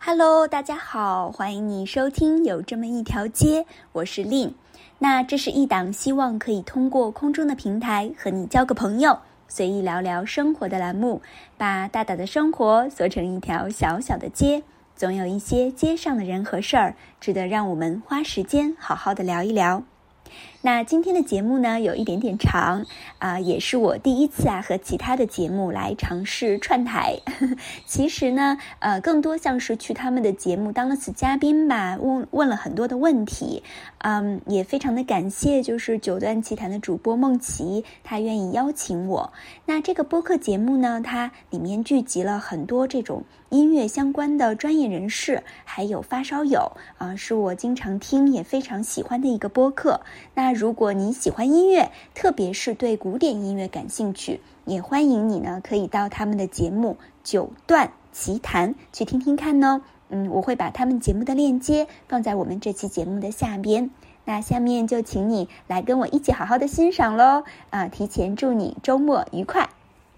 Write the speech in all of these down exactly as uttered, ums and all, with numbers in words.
Hello， 大家好，欢迎你收听有这么一条街，我是 Lin。那这是一档希望可以通过空中的平台和你交个朋友，随意聊聊生活的栏目，把大大的生活缩成一条小小的街，总有一些街上的人和事儿，值得让我们花时间好好的聊一聊。那今天的节目呢，有一点点长啊、呃，也是我第一次啊和其他的节目来尝试串台。其实呢，呃，更多像是去他们的节目当了次嘉宾吧，问问了很多的问题。嗯，也非常的感谢，就是九段奇谈的主播梦琪，她愿意邀请我。那这个播客节目呢，它里面聚集了很多这种音乐相关的专业人士，还有发烧友啊、呃，是我经常听也非常喜欢的一个播客。那如果你喜欢音乐，特别是对古典音乐感兴趣，也欢迎你呢可以到他们的节目九段奇谈去听听看呢。嗯，我会把他们节目的链接放在我们这期节目的下边。那下面就请你来跟我一起好好的欣赏咯。啊，提前祝你周末愉快。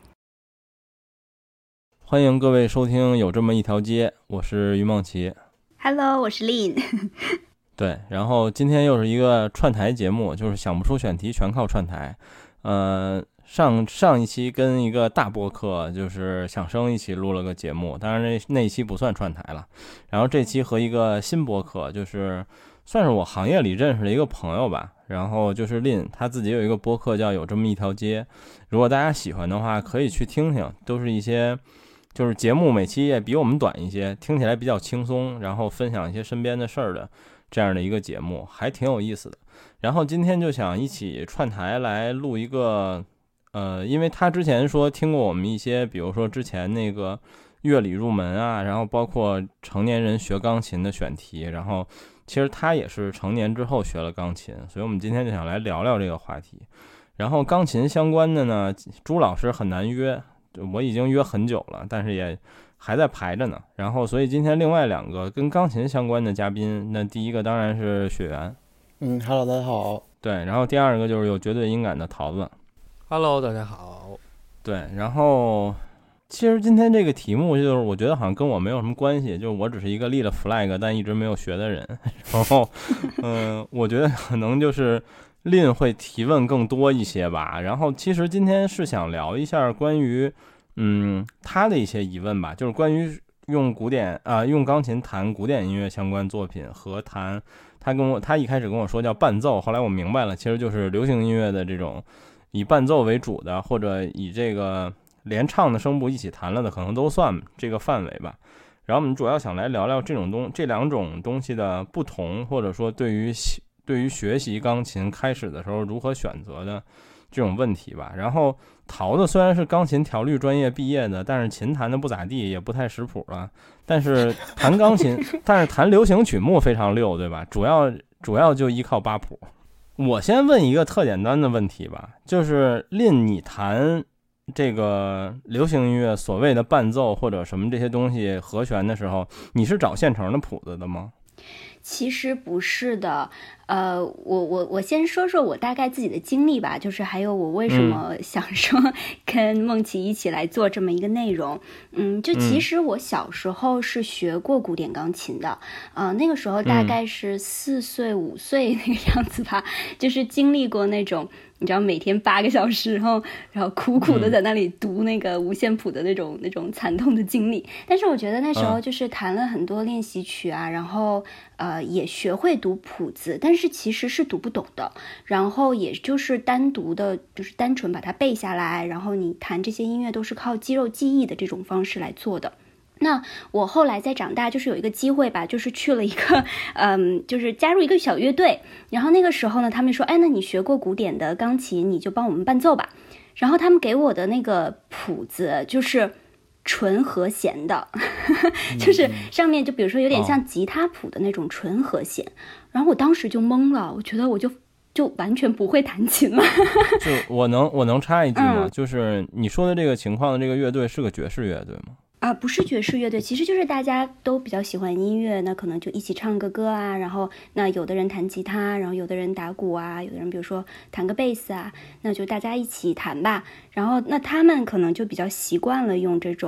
欢迎各位收听有这么一条街，我是于梦琪。 Hello， 我是 Lin。 对，然后今天又是一个串台节目，就是想不出选题全靠串台。呃，上上一期跟一个大播客就是响声一起录了个节目，当然那那一期不算串台了。然后这期和一个新播客，就是算是我行业里认识的一个朋友吧，然后就是 Lin， 他自己有一个播客叫有这么一条街，如果大家喜欢的话可以去听听，都是一些就是节目每期也比我们短一些，听起来比较轻松，然后分享一些身边的事儿的这样的一个节目，还挺有意思的。然后今天就想一起串台来录一个呃，因为他之前说听过我们一些比如说之前那个乐理入门啊，然后包括成年人学钢琴的选题，然后其实他也是成年之后学了钢琴，所以我们今天就想来聊聊这个话题。然后钢琴相关的呢，朱老师很难约，我已经约很久了，但是也还在排着呢。然后所以今天另外两个跟钢琴相关的嘉宾，那第一个当然是雪原。 嗯 ，Hello， 大家好。 对，然后第二个就是有绝对音感的桃子。 Hello， 大家好。 对，然后其实今天这个题目就是我觉得好像跟我没有什么关系，就是我只是一个立了 flag 但一直没有学的人。然后嗯、呃，我觉得可能就是Lin会提问更多一些吧。然后其实今天是想聊一下关于嗯他的一些疑问吧，就是关于用古典啊、呃、用钢琴弹古典音乐相关作品和弹他跟我他一开始跟我说叫伴奏，后来我明白了，其实就是流行音乐的这种以伴奏为主的，或者以这个连唱的声部一起弹了的，可能都算这个范围吧。然后我们主要想来聊聊这种东这两种东西的不同，或者说对于对于学习钢琴开始的时候如何选择的这种问题吧。然后桃子虽然是钢琴调律专业毕业的，但是琴弹的不咋地，也不太识谱了。但是弹钢琴，但是弹流行曲目非常溜，对吧？主要主要就依靠八谱。我先问一个特简单的问题吧，就是 Lin， 你弹这个流行音乐所谓的伴奏或者什么这些东西和弦的时候，你是找现成的谱子的吗？ 其实不是的，呃，我我我先说说我大概自己的经历吧，就是还有我为什么想说跟梦琪一起来做这么一个内容。嗯，就其实我小时候是学过古典钢琴的，呃，那个时候大概是四岁五岁那个样子吧，就是经历过那种。你知道每天八个小时，然后然后苦苦的在那里读那个五线谱的那种、嗯、那种惨痛的经历。但是我觉得那时候就是弹了很多练习曲啊，嗯、然后呃也学会读谱子，但是其实是读不懂的。然后也就是单独的，就是单纯把它背下来，然后你弹这些音乐都是靠肌肉记忆的这种方式来做的。那我后来在长大，就是有一个机会吧，就是去了一个，嗯，就是加入一个小乐队。然后那个时候呢，他们说，哎，那你学过古典的钢琴，你就帮我们伴奏吧。然后他们给我的那个谱子就是纯和弦的，就是上面就比如说有点像吉他谱的那种纯和弦。然后我当时就懵了，我觉得我就就完全不会弹琴了。 就我能我能插一句吗？嗯、就是你说的这个情况的这个乐队是个爵士乐队吗？ 啊，不是爵士乐队，其实就是大家都比较喜欢音乐，那可能就一起唱个歌啊，然后那有的人弹吉他，然后有的人打鼓啊，有的人比如说弹个贝斯啊，那就大家一起弹吧。然后那他们可能就比较习惯了用这种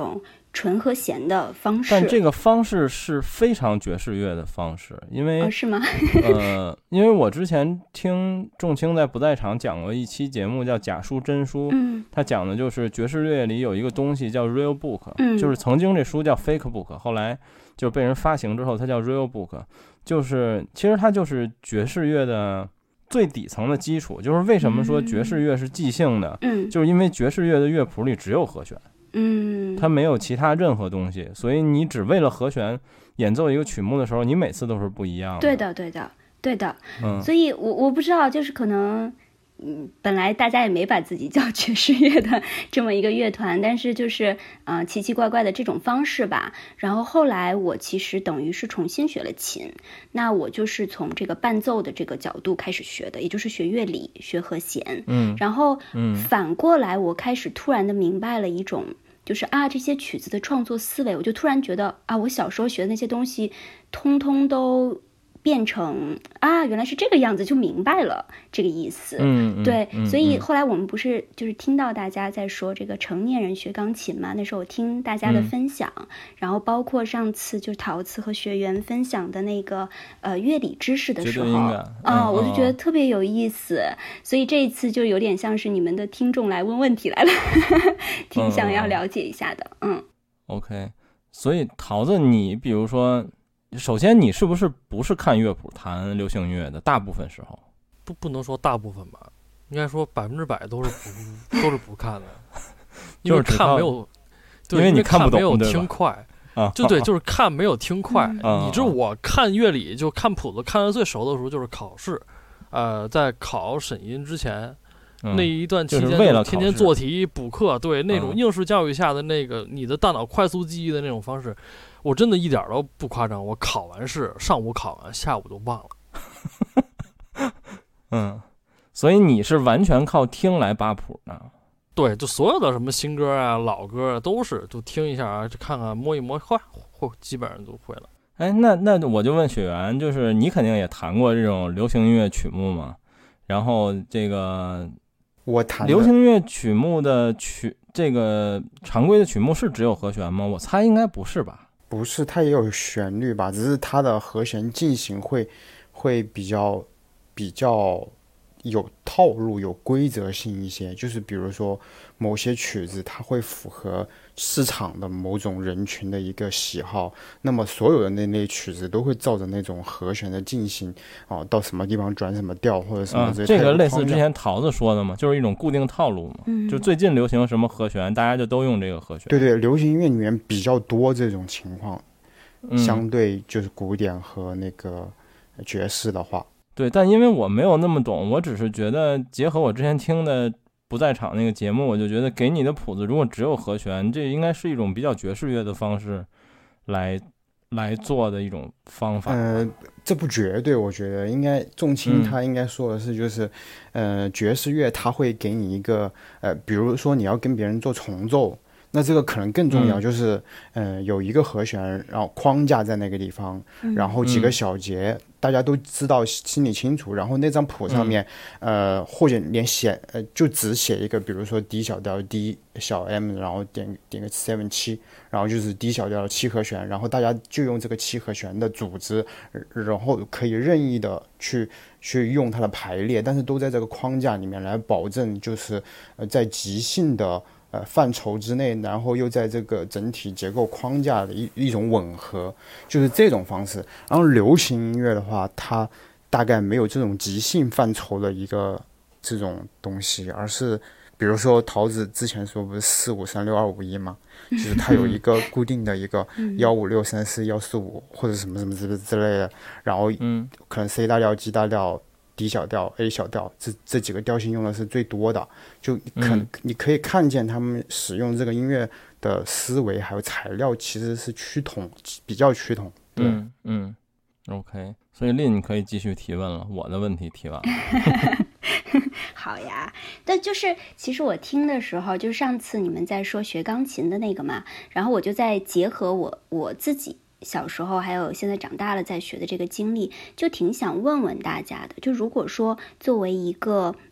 纯和弦的方式。 但这个方式是非常爵士乐的方式，因为、 哦、是吗？ 呃，因为我之前听仲青在不在场讲过一期节目叫假书真书， 嗯， 他讲的就是爵士乐里有一个东西叫 real book，、 嗯、 就是曾经这书叫 fake book， 后来就被人发行之后它叫 real book， 就是其实它就是爵士乐的最底层的基础。就是为什么说爵士乐是即兴的， 嗯， 就是因为爵士乐的乐谱里只有和弦， 嗯， 它没有其他任何东西，所以你只为了和弦演奏一个曲目的时候，你每次都是不一样的。 对的，对的，对的。 嗯， 所以我我不知道，就是可能，嗯，本来大家也没把自己叫爵士乐的这么一个乐团，但是就是呃奇奇怪怪的这种方式吧。然后后来我其实等于是重新学了琴，那我就是从这个伴奏的这个角度开始学的，也就是学乐理、学和弦。 嗯， 然后嗯， 反过来我开始突然的明白了一种。就是啊，这些曲子的创作思维，我就突然觉得啊，我小时候学的那些东西，通通都变成啊，原来是这个样子，就明白了这个意思。 嗯， 对， 嗯， 所以后来我们不是就是听到大家在说这个成年人学钢琴嘛？那时候我听大家的分享，嗯、然后包括上次就陶瓷和学员分享的那个呃乐理知识的时候啊、 嗯哦，我就觉得特别有意思。所以这一次就有点像是你们的听众来问问题来了，挺想要了解一下的。嗯, 嗯 ，OK。所以桃子，你比如说。首先，你是不是不是看乐谱弹流行乐的？大部分时候， 不不能说大部分吧，应该说百分之百都是不都是不看的，因为看没有，对， 因为你看不懂， 没有听快啊， 就对，就是看没有听快。 嗯、 你知道我看乐理就看谱子看的最熟的时候就是考试，呃，在考审音之前。 嗯、 那一段期间， 就是为了天天做题补课，对那种应试教育下的那个、嗯、你的大脑快速记忆的那种方式，我真的一点都不夸张。我考完试，上午考完，下午就忘了。嗯，所以你是完全靠听来扒谱呢？ 对，就所有的什么新歌啊、老歌啊，都是就听一下啊，就看看摸一摸，嚯，嚯，基本上都会了。 哎，那那我就问雪原，就是你肯定也弹过这种流行音乐曲目嘛？然后这个。 我弹流行乐曲目的曲，这个常规的曲目是只有和弦吗？我猜应该不是吧？ 不是，它也有旋律吧，只是它的和弦进行会会比较比较有套路、有规则性一些。就是比如说某些曲子，它会符合市场的某种人群的一个喜好，那么所有的那类曲子都会照着那种和弦的进行啊，到什么地方转什么调或者什么之类的、 啊、这个类似之前桃子说的嘛，就是一种固定套路嘛、嗯、就最近流行什么和弦大家就都用这个和弦。 对对，流行音乐里面比较多这种情况、 嗯、 相对就是古典和那个爵士的话。 对，但因为我没有那么懂，我只是觉得结合我之前听的不在场那个节目，我就觉得给你的谱子如果只有和弦，这应该是一种比较爵士乐的方式来来做的一种方法。 呃，这不绝对，我觉得应该仲青他应该说的是，就是、嗯、呃，爵士乐它会给你一个呃，比如说你要跟别人做重奏，那这个可能更重要，就是、嗯、呃有一个和弦，然后框架在那个地方， 嗯、 然后几个小节。嗯大家都知道，心里清楚，然后那张谱上面、嗯、呃或者连写呃就只写一个，比如说 D 小调 D 小 M， 然后点点个 seven 七，然后就是 D 小调的七和弦，然后大家就用这个七和弦的组织，然后可以任意的去去用它的排列，但是都在这个框架里面来保证，就是呃在即兴的呃范畴之内，然后又在这个整体结构框架的一一种吻合，就是这种方式。然后流行音乐的话，它大概没有这种即兴范畴的一个这种东西，而是比如说桃子之前说不是四五三六二五一吗？就是它有一个固定的一个幺五六三四幺四五或者什么什么之之类的，然后可能 C 大调 G 大调D 小调 A 小调这这几个调性用的是最多的，就可、嗯、你可以看见他们使用这个音乐的思维还有材料其实是趋同，比较趋同。对， 嗯嗯 ，OK， 所以Lin你可以继续提问了，我的问题提完了。 好呀，但就是其实我听的时候，就上次你们在说学钢琴的那个嘛，然后我就在结合我我自己小时候还有现在长大了在学的这个经历，就挺想问问大家的，就如果说作为一个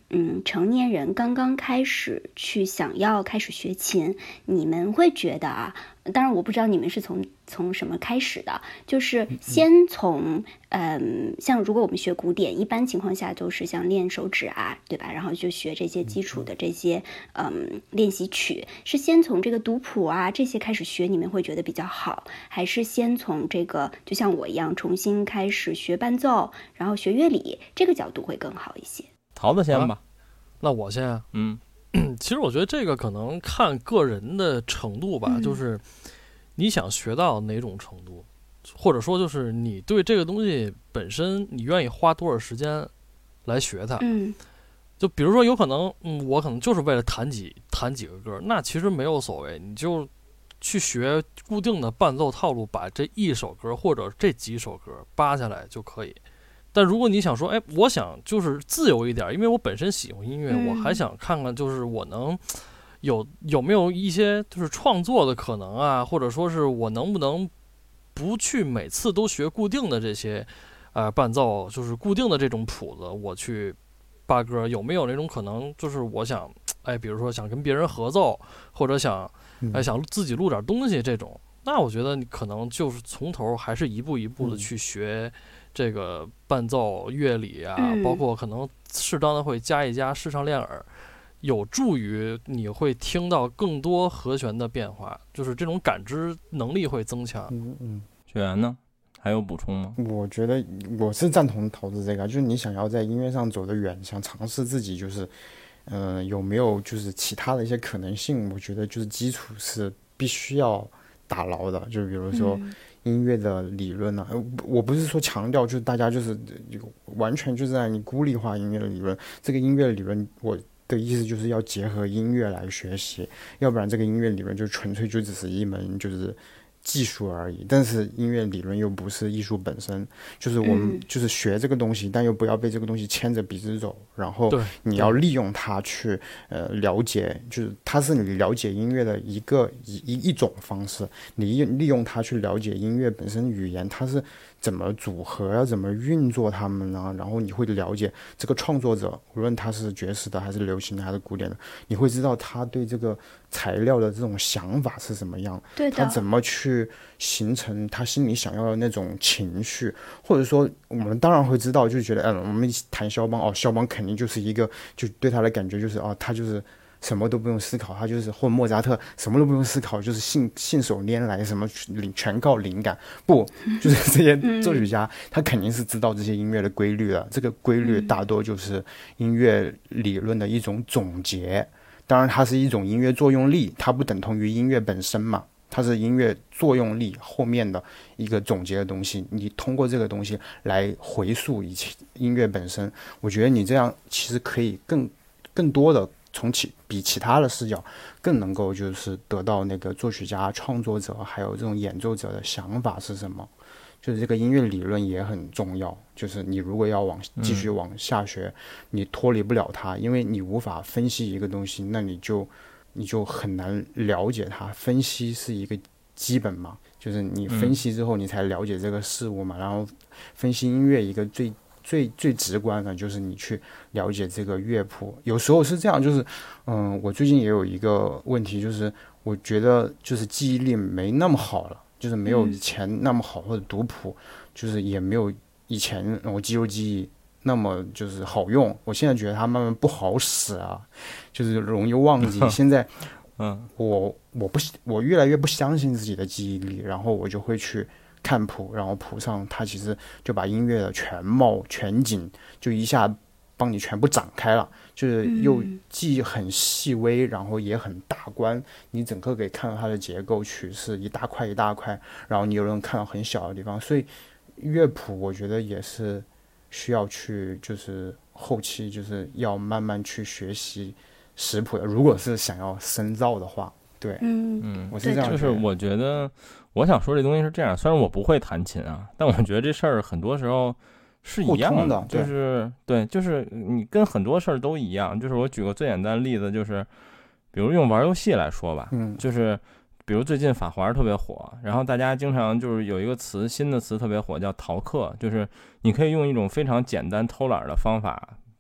嗯成年人刚刚开始去想要开始学琴，你们会觉得啊，当然我不知道你们是从从什么开始的，就是先从嗯，像如果我们学古典，一般情况下都是像练手指啊，对吧？然后就学这些基础的这些嗯练习曲，是先从这个读谱啊这些开始学，你们会觉得比较好，还是先从这个就像我一样重新开始学伴奏，然后学乐理，这个角度会更好一些？ 桃子先吧。啊， 那我先啊。 嗯， 其实我觉得这个可能看个人的程度吧， 嗯、 就是你想学到哪种程度，或者说就是你对这个东西本身你愿意花多少时间来学它。 嗯， 就比如说有可能，嗯，我可能就是为了弹几弹几个歌，那其实没有所谓，你就去学固定的伴奏套路，把这一首歌或者这几首歌扒下来就可以。但如果你想说，哎，我想就是自由一点，因为我本身喜欢音乐， 嗯、 我还想看看就是我能有有没有一些就是创作的可能啊，或者说是我能不能不去每次都学固定的这些呃伴奏，就是固定的这种谱子，我去扒歌，有没有那种可能，就是我想，哎，比如说想跟别人合奏，或者想哎想自己录点东西这种，那我觉得你可能就是从头还是一步一步的去学这个伴奏乐理啊， 嗯、 包括可能适当的会加一加视唱练耳，有助于你会听到更多和弦的变化，就是这种感知能力会增强。 嗯嗯， 学员呢还有补充吗？ 我觉得我是赞同桃子这个，就是你想要在音乐上走得远，想尝试自己，就是嗯、呃、有没有就是其他的一些可能性，我觉得就是基础是必须要打牢的，就比如说音乐的理论呢、啊嗯，我不是说强调就是大家就是完全就是在你孤立化音乐的理论，这个音乐理论我的意思就是要结合音乐来学习，要不然这个音乐理论就纯粹就只是一门就是技术而已，但是音乐理论又不是艺术本身，就是我们就是学这个东西、嗯、但又不要被这个东西牵着鼻子走，然后你要利用它去呃了解，就是它是你了解音乐的一个一一种方式，你利用它去了解音乐本身语言，它是怎么组合要怎么运作它们呢？然后你会了解这个创作者，无论他是爵士的还是流行的还是古典的，你会知道他对这个材料的这种想法是什么样， 对的， 他怎么去形成他心里想要的那种情绪，或者说我们当然会知道，就觉得嗯，我们弹肖邦哦，肖邦肯定就是一个，就对他的感觉就是哦，他就是什么都不用思考，他就是或莫扎特什么都不用思考，就是信信手拈来，什么全靠灵感。不，就是这些作曲家、嗯、他肯定是知道这些音乐的规律的，这个规律大多就是音乐理论的一种总结。当然它是一种音乐作用力，它不等同于音乐本身嘛，它是音乐作用力后面的一个总结的东西，你通过这个东西来回溯以前音乐本身，我觉得你这样其实可以更更多的从其比其他的视角更能够就是得到那个作曲家创作者还有这种演奏者的想法是什么，就是这个音乐理论也很重要，就是你如果要往继续往下学、嗯、你脱离不了它，因为你无法分析一个东西，那你就你就很难了解它，分析是一个基本嘛，就是你分析之后你才了解这个事物嘛、嗯、然后分析音乐一个最最最直观的就是你去了解这个乐谱，有时候是这样，就是嗯，我最近也有一个问题，就是我觉得就是记忆力没那么好了，就是没有以前那么好，或者读谱就是也没有以前我肌肉记忆那么就是好用，我现在觉得它慢慢不好使啊，就是容易忘记。现在嗯，我我不我越来越不相信自己的记忆力，然后我就会去看谱，然后谱上它其实就把音乐的全貌全景就一下帮你全部展开了，就是又既很细微，然后也很大观，你整个可以看到它的结构曲式一大块一大块，然后你有人看到很小的地方，所以乐谱我觉得也是需要去就是后期就是要慢慢去学习识谱的，如果是想要深造的话。对， 嗯嗯， 我是这样， 就是我觉得我想说这东西是这样，虽然我不会弹琴啊，但我觉得这事儿很多时候是一样的，就是对，就是你跟很多事儿都一样。就是我举个最简单的例子，就是比如用玩游戏来说吧， 嗯， 就是比如最近法环特别火，然后大家经常就是有一个词，新的词特别火，叫逃课，就是你可以用一种非常简单偷懒的方法，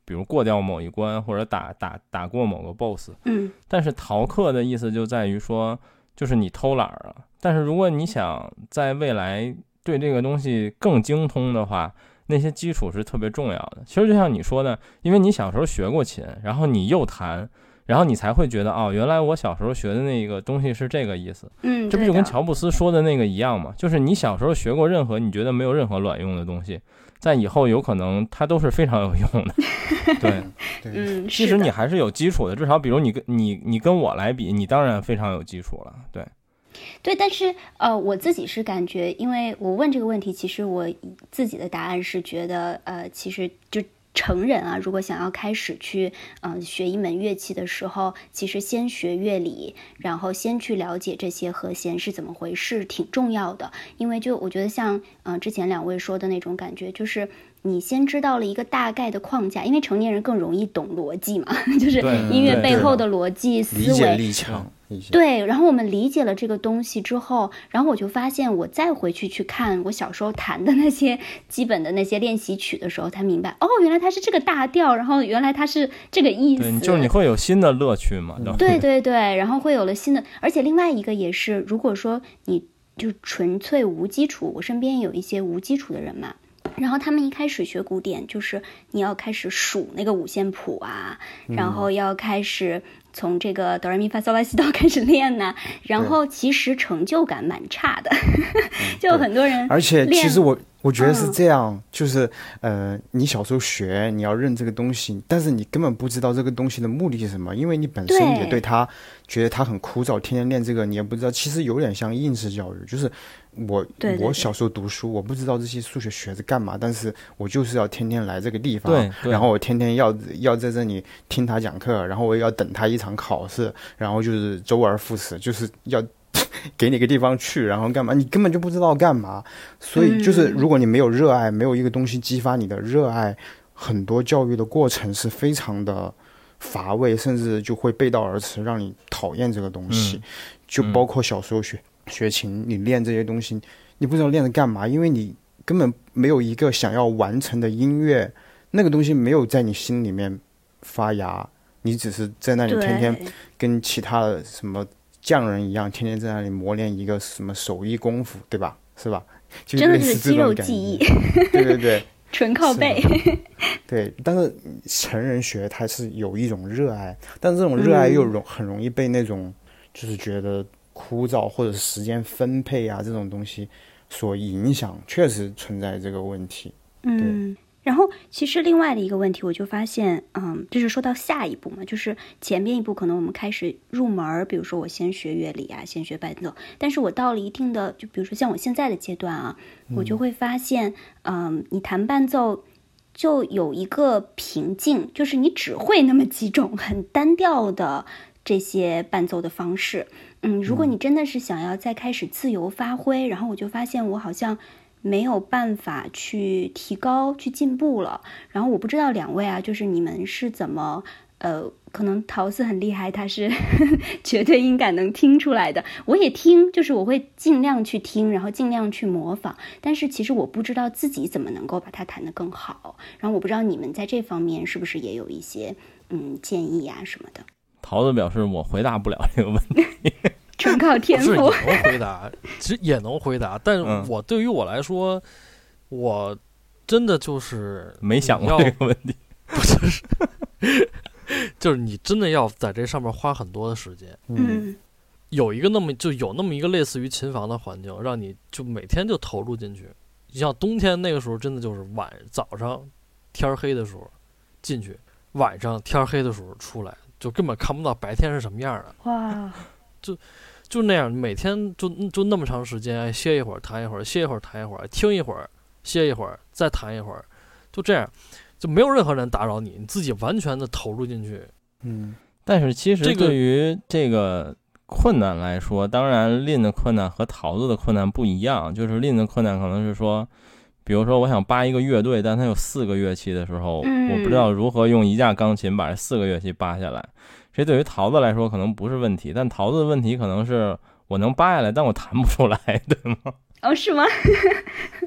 比如过掉某一关或者打打打过某个 boss。 嗯， 但是逃课的意思就在于说，就是你偷懒了。但是如果你想在未来对这个东西更精通的话，那些基础是特别重要的。其实就像你说的，因为你小时候学过琴，然后你又弹，然后你才会觉得哦，原来我小时候学的那个东西是这个意思。 嗯， 这不就跟乔布斯说的那个一样吗？就是你小时候学过任何你觉得没有任何卵用的东西，在以后有可能它都是非常有用的。对， 嗯， 其实你还是有基础的，至少比如你跟你你跟我来比，你当然非常有基础了。对。 对，但是呃，我自己是感觉，因为我问这个问题，其实我自己的答案是觉得，呃，其实就成人啊，如果想要开始去呃学一门乐器的时候，其实先学乐理，然后先去了解这些和弦是怎么回事，挺重要的。因为就我觉得像呃之前两位说的那种感觉，就是你先知道了一个大概的框架，因为成年人更容易懂逻辑嘛，就是音乐背后的逻辑思维， 理解力强。 对，然后我们理解了这个东西之后，然后我就发现，我再回去去看我小时候弹的那些基本的那些练习曲的时候，才明白，哦，原来它是这个大调，然后原来它是这个意思。 对，就是你会有新的乐趣嘛？ 对对对，然后会有了新的，而且另外一个也是，如果说你就纯粹无基础，我身边有一些无基础的人嘛。然后他们一开始学古典，就是你要开始数那个五线谱啊，然后要开始从这个哆来咪发嗦拉西哆开始练呐、啊，然后其实成就感蛮差的，就很多人。 而且其实我我觉得是这样，嗯、就是呃，你小时候学你要认这个东西，但是你根本不知道这个东西的目的是什么，因为你本身也对它觉得它很枯燥，天天练这个你也不知道，其实有点像应试教育，就是我对对对我小时候读书，我不知道这些数学学是干嘛，但是我就是要天天来这个地方， 对对， 然后我天天要要在这里听他讲课，然后我也要等他一场考试，然后就是周而复始，就是要给你个地方去，然后干嘛？你根本就不知道干嘛。所以就是，如果你没有热爱，没有一个东西激发你的热爱，很多教育的过程是非常的乏味，甚至就会背道而驰，让你讨厌这个东西。 嗯、 就包括小时候学、嗯、学琴，你练这些东西，你不知道练着干嘛，因为你根本没有一个想要完成的音乐，那个东西没有在你心里面发芽，你只是在那里天天跟其他的什么匠人一样，天天在那里磨练一个什么手艺功夫，对吧？是吧？就真的是肌肉记忆。 对对对， 纯靠背。 对，但是成人学它是有一种热爱，但是这种热爱又容、嗯、很容易被那种就是觉得枯燥或者时间分配啊这种东西所影响，确实存在这个问题。 嗯。然后其实另外的一个问题，我就发现，嗯，就是说到下一步嘛，就是前边一步可能我们开始入门，比如说我先学乐理啊，先学伴奏，但是我到了一定的，就比如说像我现在的阶段啊，我就会发现，嗯，你弹伴奏就有一个瓶颈，就是你只会那么几种很单调的这些伴奏的方式。嗯，如果你真的是想要再开始自由发挥，然后我就发现我好像没有办法去提高去进步了。然后我不知道两位啊，就是你们是怎么呃可能陶斯很厉害，他是绝对音感能听出来的，我也听，就是我会尽量去听，然后尽量去模仿，但是其实我不知道自己怎么能够把它弹得更好。然后我不知道你们在这方面是不是也有一些嗯建议啊什么的。 陶子表示我回答不了这个问题。 纯靠天赋。 不是也能回答，其实也能回答，但是我对于我来说，嗯、我真的就是没想过这个问题， 不是，就是你真的要在这上面花很多的时间。 嗯， 有一个那么就有那么一个类似于琴房的环境，让你就每天就投入进去。你像冬天那个时候，真的就是晚早上天黑的时候进去，晚上天黑的时候出来，就根本看不到白天是什么样的。 哇， 就。就那样，每天就就那么长时间，歇一会儿弹一会儿，歇一会儿弹一会儿，听一会儿，歇一会儿，再弹一会儿，就这样，就没有任何人打扰你，你自己完全的投入进去。 嗯， 但是其实对于这个困难来说，当然Lin的困难和桃子的困难不一样，就是 Lin的困难可能是说，比如说我想扒一个乐队，但它有四个乐器的时候， 嗯、 我不知道如何用一架钢琴把这四个乐器扒下来。这对于桃子来说可能不是问题，但桃子的问题可能是我能扒下来，但我弹不出来，对吗？ 哦，是吗？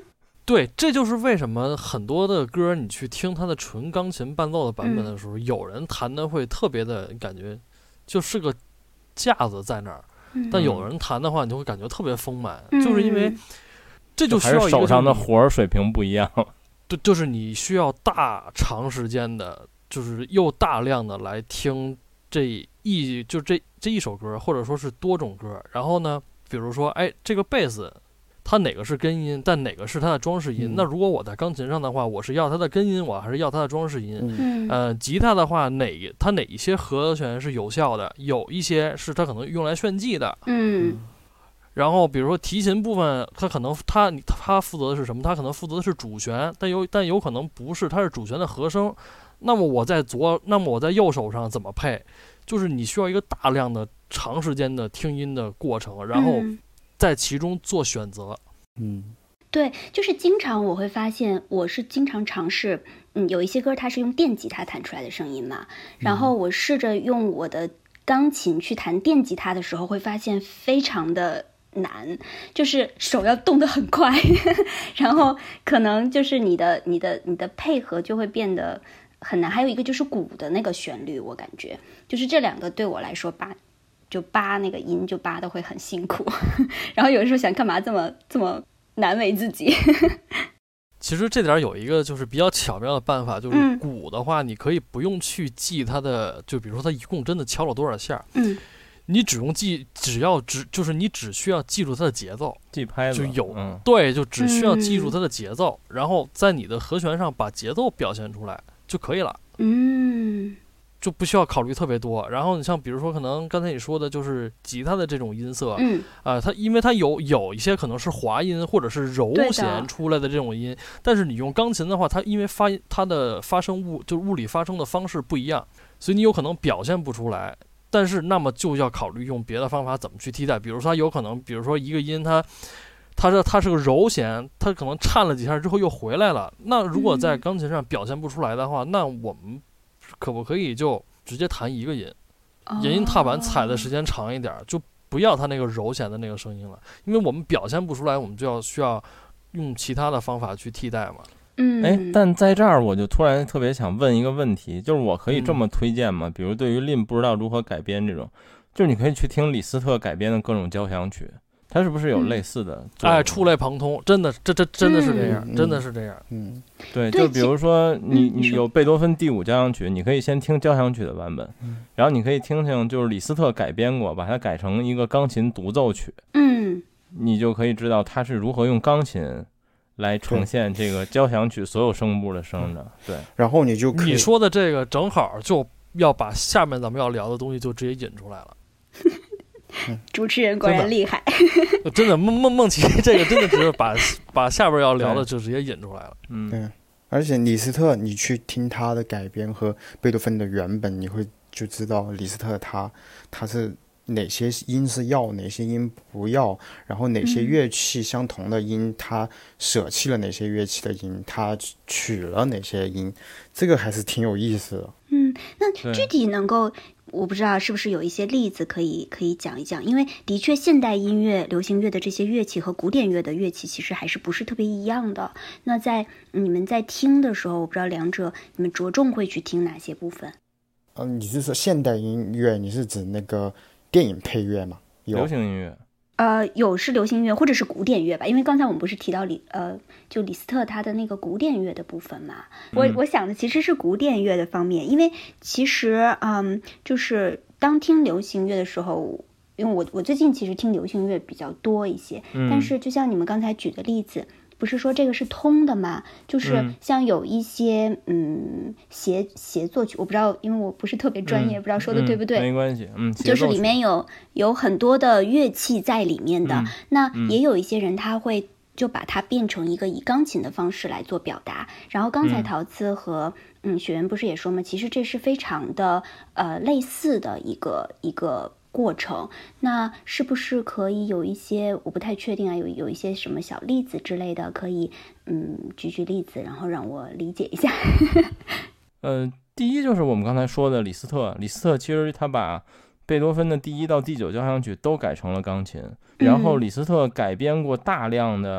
对，这就是为什么很多的歌你去听它的纯钢琴伴奏的版本的时候，嗯、有人弹的会特别的感觉就是个架子在那儿，嗯、但有人弹的话，你就会感觉特别丰满，嗯、就是因为这就需要一个、就是、 手上的活儿水平不一样。 对，就是你需要大长时间的，就是又大量的来听这一就这这一首歌，或者说是多种歌。然后呢，比如说，哎，这个贝斯。它哪个是根音，但哪个是它的装饰音？嗯、那如果我在钢琴上的话，我是要它的根音，我还是要它的装饰音？嗯、呃，吉他的话，哪它哪一些和弦是有效的？有一些是它可能用来炫技的。 嗯。 然后比如说提琴部分，它可能它它负责的是什么？它可能负责的是主旋，但有但有可能不是，它是主旋的和声。那么我在左，那么我在右手上怎么配？就是你需要一个大量的长时间的听音的过程，然后。嗯在其中做选择。 嗯， 对，就是经常我会发现，我是经常尝试，嗯，有一些歌它是用电吉他弹出来的声音嘛，然后我试着用我的钢琴去弹电吉他的时候，会发现非常的难，就是手要动得很快，然后可能就是你的你的你的配合就会变得很难。还有一个就是鼓的那个旋律，我感觉就是这两个对我来说把。就扒那个音就扒的会很辛苦，然后有的时候想干嘛这么这么难为自己。 其实这点有一个就是比较巧妙的办法，就是鼓的话，你可以不用去记它的，嗯、就比如说它一共真的敲了多少下， 嗯， 你只用记，只要只就是你只需要记住它的节奏， 记拍子就有、 嗯、 对，就只需要记住它的节奏，嗯、然后在你的和弦上把节奏表现出来就可以了。 嗯。 就不需要考虑特别多。然后你像比如说可能刚才你说的就是吉他的这种音色， 嗯， 呃，它因为它有有一些可能是滑音或者是柔弦出来的这种音，但是你用钢琴的话，它因为发它的发生物就物理发生的方式不一样，所以你有可能表现不出来。但是那么就要考虑用别的方法怎么去替代，比如说它有可能，比如说一个音它它是它是个柔弦，它可能颤了几下之后又回来了。那如果在钢琴上表现不出来的话，嗯、那我们可不可以就直接弹一个音，延音踏板踩的时间长一点，就不要它那个柔弦的那个声音了，因为我们表现不出来，我们就要需要用其他的方法去替代嘛。 嗯， 哎，但在这儿我就突然特别想问一个问题，就是我可以这么推荐吗？嗯、比如对于Lin不知道如何改编这种，就是你可以去听李斯特改编的各种交响曲。它是不是有类似的？ 嗯、哎，触类旁通，真的，这这真的是这样，嗯、真的是这样。 嗯， 对，就比如说你你有贝多芬第五交响曲，你可以先听交响曲的版本， 嗯、 然后你可以听听就是李斯特改编过，把它改成一个钢琴独奏曲。 嗯， 你就可以知道他是如何用钢琴来呈现这个交响曲所有声部的声的。对， 然后你就可以你说的这个正好就要把下面咱们要聊的东西就直接引出来了。 主持人果然厉害， 真的孟孟梦琪这个真的只是把把下边要聊的就直接引出来了。 嗯，对。而且李斯特，你去听他的改编和贝多芬的原本，你会就知道李斯特他他是哪些音是要，哪些音不要，然后哪些乐器相同的音，他舍弃了哪些乐器的音，他取了哪些音，这个还是挺有意思的。 嗯，那具体能够。我不知道是不是有一些例子可以可以讲一讲，因为的确现代音乐、流行乐的这些乐器和古典乐的乐器其实还是不是特别一样的。那在你们在听的时候，我不知道两者你们着重会去听哪些部分？ 嗯、呃，你是说现代音乐？你是指那个电影配乐吗？ 流行音乐？ 呃，有是流行乐或者是古典乐吧，因为刚才我们不是提到李呃，就李斯特他的那个古典乐的部分嘛，我我想的其实是古典乐的方面，因为其实嗯，就是当听流行乐的时候，因为我我最近其实听流行乐比较多一些， 嗯、 但是就像你们刚才举的例子。不是说这个是通的嘛？就是像有一些嗯协协作曲，我不知道，因为我不是特别专业， 嗯、 不知道说的对不对？ 嗯、没关系，嗯， 就是里面有有很多的乐器在里面的。 嗯、 那也有一些人他会就把它变成一个以钢琴的方式来做表达。然后刚才陶兹和嗯雪原不是也说嘛，其实这是非常的呃类似的一个一个。过程，那是不是可以有一些我不太确定啊，有有一些什么小例子之类的，可以嗯举举例子，然后让我理解一下。 呃，第一就是我们刚才说的李斯特，李斯特其实他把贝多芬的第一到第九交响曲都改成了钢琴，然后李斯特改编过大量的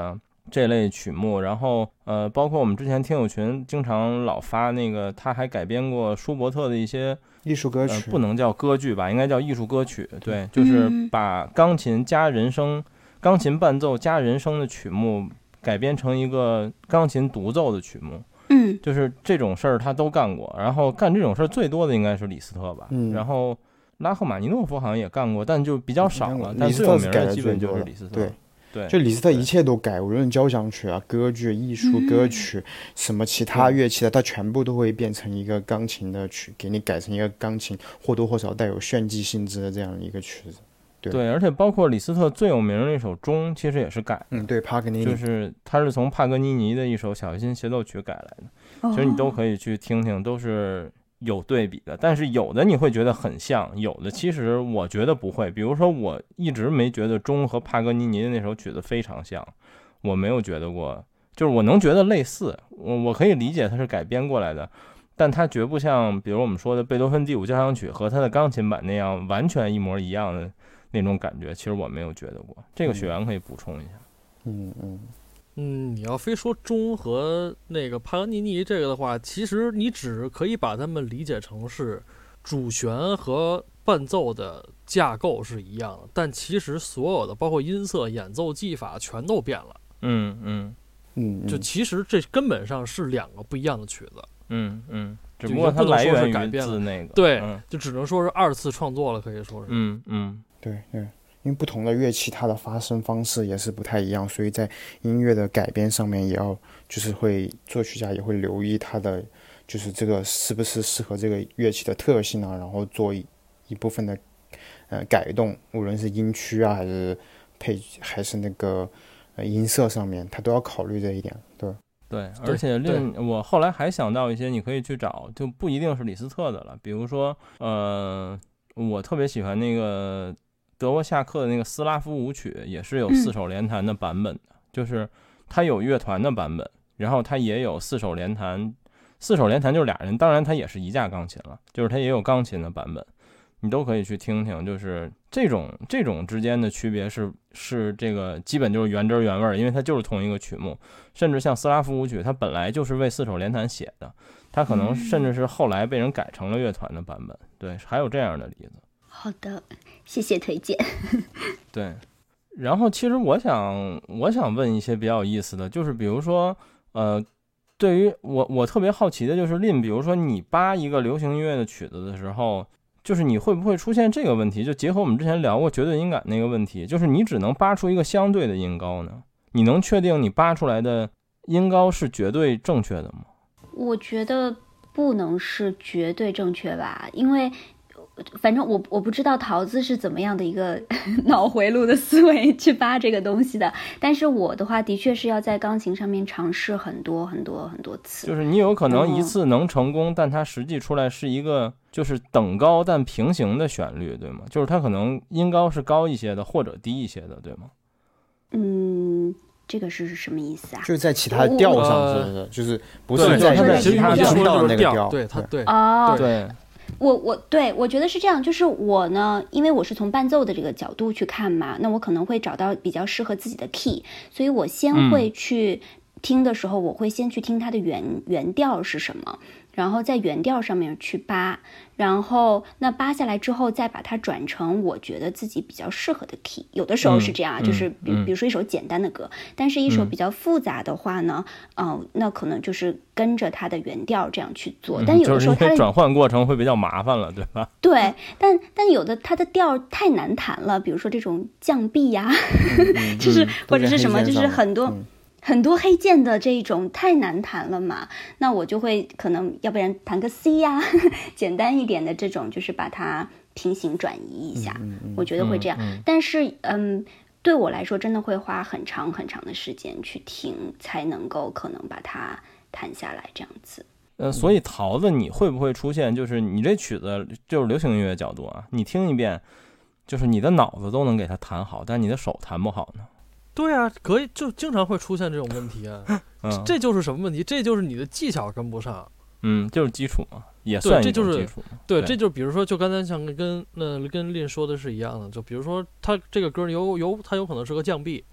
这类曲目，然后呃，包括我们之前听友群经常老发那个，他还改编过舒伯特的一些艺术歌曲、 呃，不能叫歌剧吧，应该叫艺术歌曲。对，就是把钢琴加人声、钢琴伴奏加人声的曲目改编成一个钢琴独奏的曲目。 嗯， 就是这种事儿他都干过，然后干这种事儿最多的应该是李斯特吧。 嗯， 然后拉赫玛尼诺夫好像也干过，但就比较少了。但最有名的基本就是李斯特。 对。 对， 就李斯特一切都改，无论交响曲啊、歌剧、艺术歌曲、嗯、什么其他乐器的，它全部都会变成一个钢琴的曲，给你改成一个钢琴或多或少带有炫技性质的这样一个曲子。对， 对，而且包括李斯特最有名的那首钟，其实也是改的。 嗯，对，帕格尼尼， 就是他是从帕格尼尼的一首小提琴协奏曲改来的。其实你都可以去听听，都是有对比的，但是有的你会觉得很像，有的其实我觉得不会。比如说我一直没觉得钟和帕格尼尼的那首曲子非常像，我没有觉得过，就是我能觉得类似，我我可以理解它是改编过来的，但它绝不像比如我们说的贝多芬第五交响曲和它的钢琴版那样完全一模一样的那种感觉，其实我没有觉得过。这个雪原可以补充一下。 嗯嗯嗯，你要非说钟和那个帕格尼尼这个的话，其实你只可以把它们理解成是主旋和伴奏的架构是一样的，但其实所有的包括音色、演奏技法全都变了。 嗯嗯嗯， 就其实这根本上是两个不一样的曲子。 嗯嗯，只不过它来源于自那个， 对、 嗯， 就只能说是二次创作了，可以说是。 嗯嗯， 对对。因为不同的乐器它的发声方式也是不太一样，所以在音乐的改编上面也要就是会作曲家也会留意它的就是这个是不是适合这个乐器的特性啊，然后做一一部分的呃改动，无论是音区啊还是配还是那个呃音色上面，它都要考虑这一点。对对，而且另我后来还想到一些你可以去找，就不一定是李斯特的了，比如说呃我特别喜欢那个德沃夏克的那个斯拉夫舞曲，也是有四手联弹的版本的、嗯、就是它有乐团的版本，然后它也有四手联弹，四手联弹就是俩人，当然它也是一架钢琴了，就是它也有钢琴的版本，你都可以去听听，就是这种这种之间的区别是是这个基本就是原汁原味，因为它就是同一个曲目，甚至像斯拉夫舞曲它本来就是为四手联弹写的，它可能甚至是后来被人改成了乐团的版本。对，还有这样的例子。 好的，谢谢推荐。 对，然后其实我想我想问一些比较有意思的，就是比如说呃对于我我特别好奇的就是Lin，比如说你扒一个流行音乐的曲子的时候，就是你会不会出现这个问题，就结合我们之前聊过绝对音感那个问题，就是你只能扒出一个相对的音高呢？你能确定你扒出来的音高是绝对正确的吗？ 我觉得不能是绝对正确吧，因为反正我我不知道桃子是怎么样的一个脑回路的思维去扒这个东西的，但是我的话的确是要在钢琴上面尝试很多很多很多次， 就是你有可能一次能成功、嗯、但它实际出来是一个就是等高但平行的旋律，对吗？就是它可能音高是高一些的或者低一些的，对吗？ 嗯，这个是什么意思啊？ 就是在其他调上，是不是、呃？就是不是在它其他听到的那个调？ 对，它对哦， 对。 我我对我觉得是这样，就是我呢，因为我是从伴奏的这个角度去看嘛，那我可能会找到比较适合自己的 key， 所以我先会去听的时候，嗯、我会先去听它的原原调是什么，然后在原调上面去扒，然后那扒下来之后再把它转成我觉得自己比较适合的 key。有的时候是这样，嗯、就是比、嗯、比如说一首简单的歌，但是一首比较复杂的话呢，嗯、呃，那可能就是跟着它的原调这样去做。但有的时候它的转换过程会比较麻烦了，对吧？ 对，但但有的它的调太难弹了，比如说这种降 B 呀、啊，嗯、就是或者是什么，就是很多。嗯很多黑键的这种太难弹了嘛，那我就会可能要不然弹个 C 呀、啊，简单一点的这种，就是把它平行转移一下， 嗯嗯、 我觉得会这样。嗯嗯、但是，嗯，对我来说真的会花很长很长的时间去听，才能够可能把它弹下来这样子。 呃，所以桃子，你会不会出现，就是你这曲子就是流行音乐角度啊，你听一遍，就是你的脑子都能给它弹好，但你的手弹不好呢？ 对啊，可以，就经常会出现这种问题啊。嗯、这就是什么问题？这就是你的技巧跟不上。 嗯，就是基础嘛，也算一种基础嘛。 对， 对， 这就比如说，就刚才像跟那跟Lin说的是一样的，就比如说他这个歌有有他有可能是个降 B，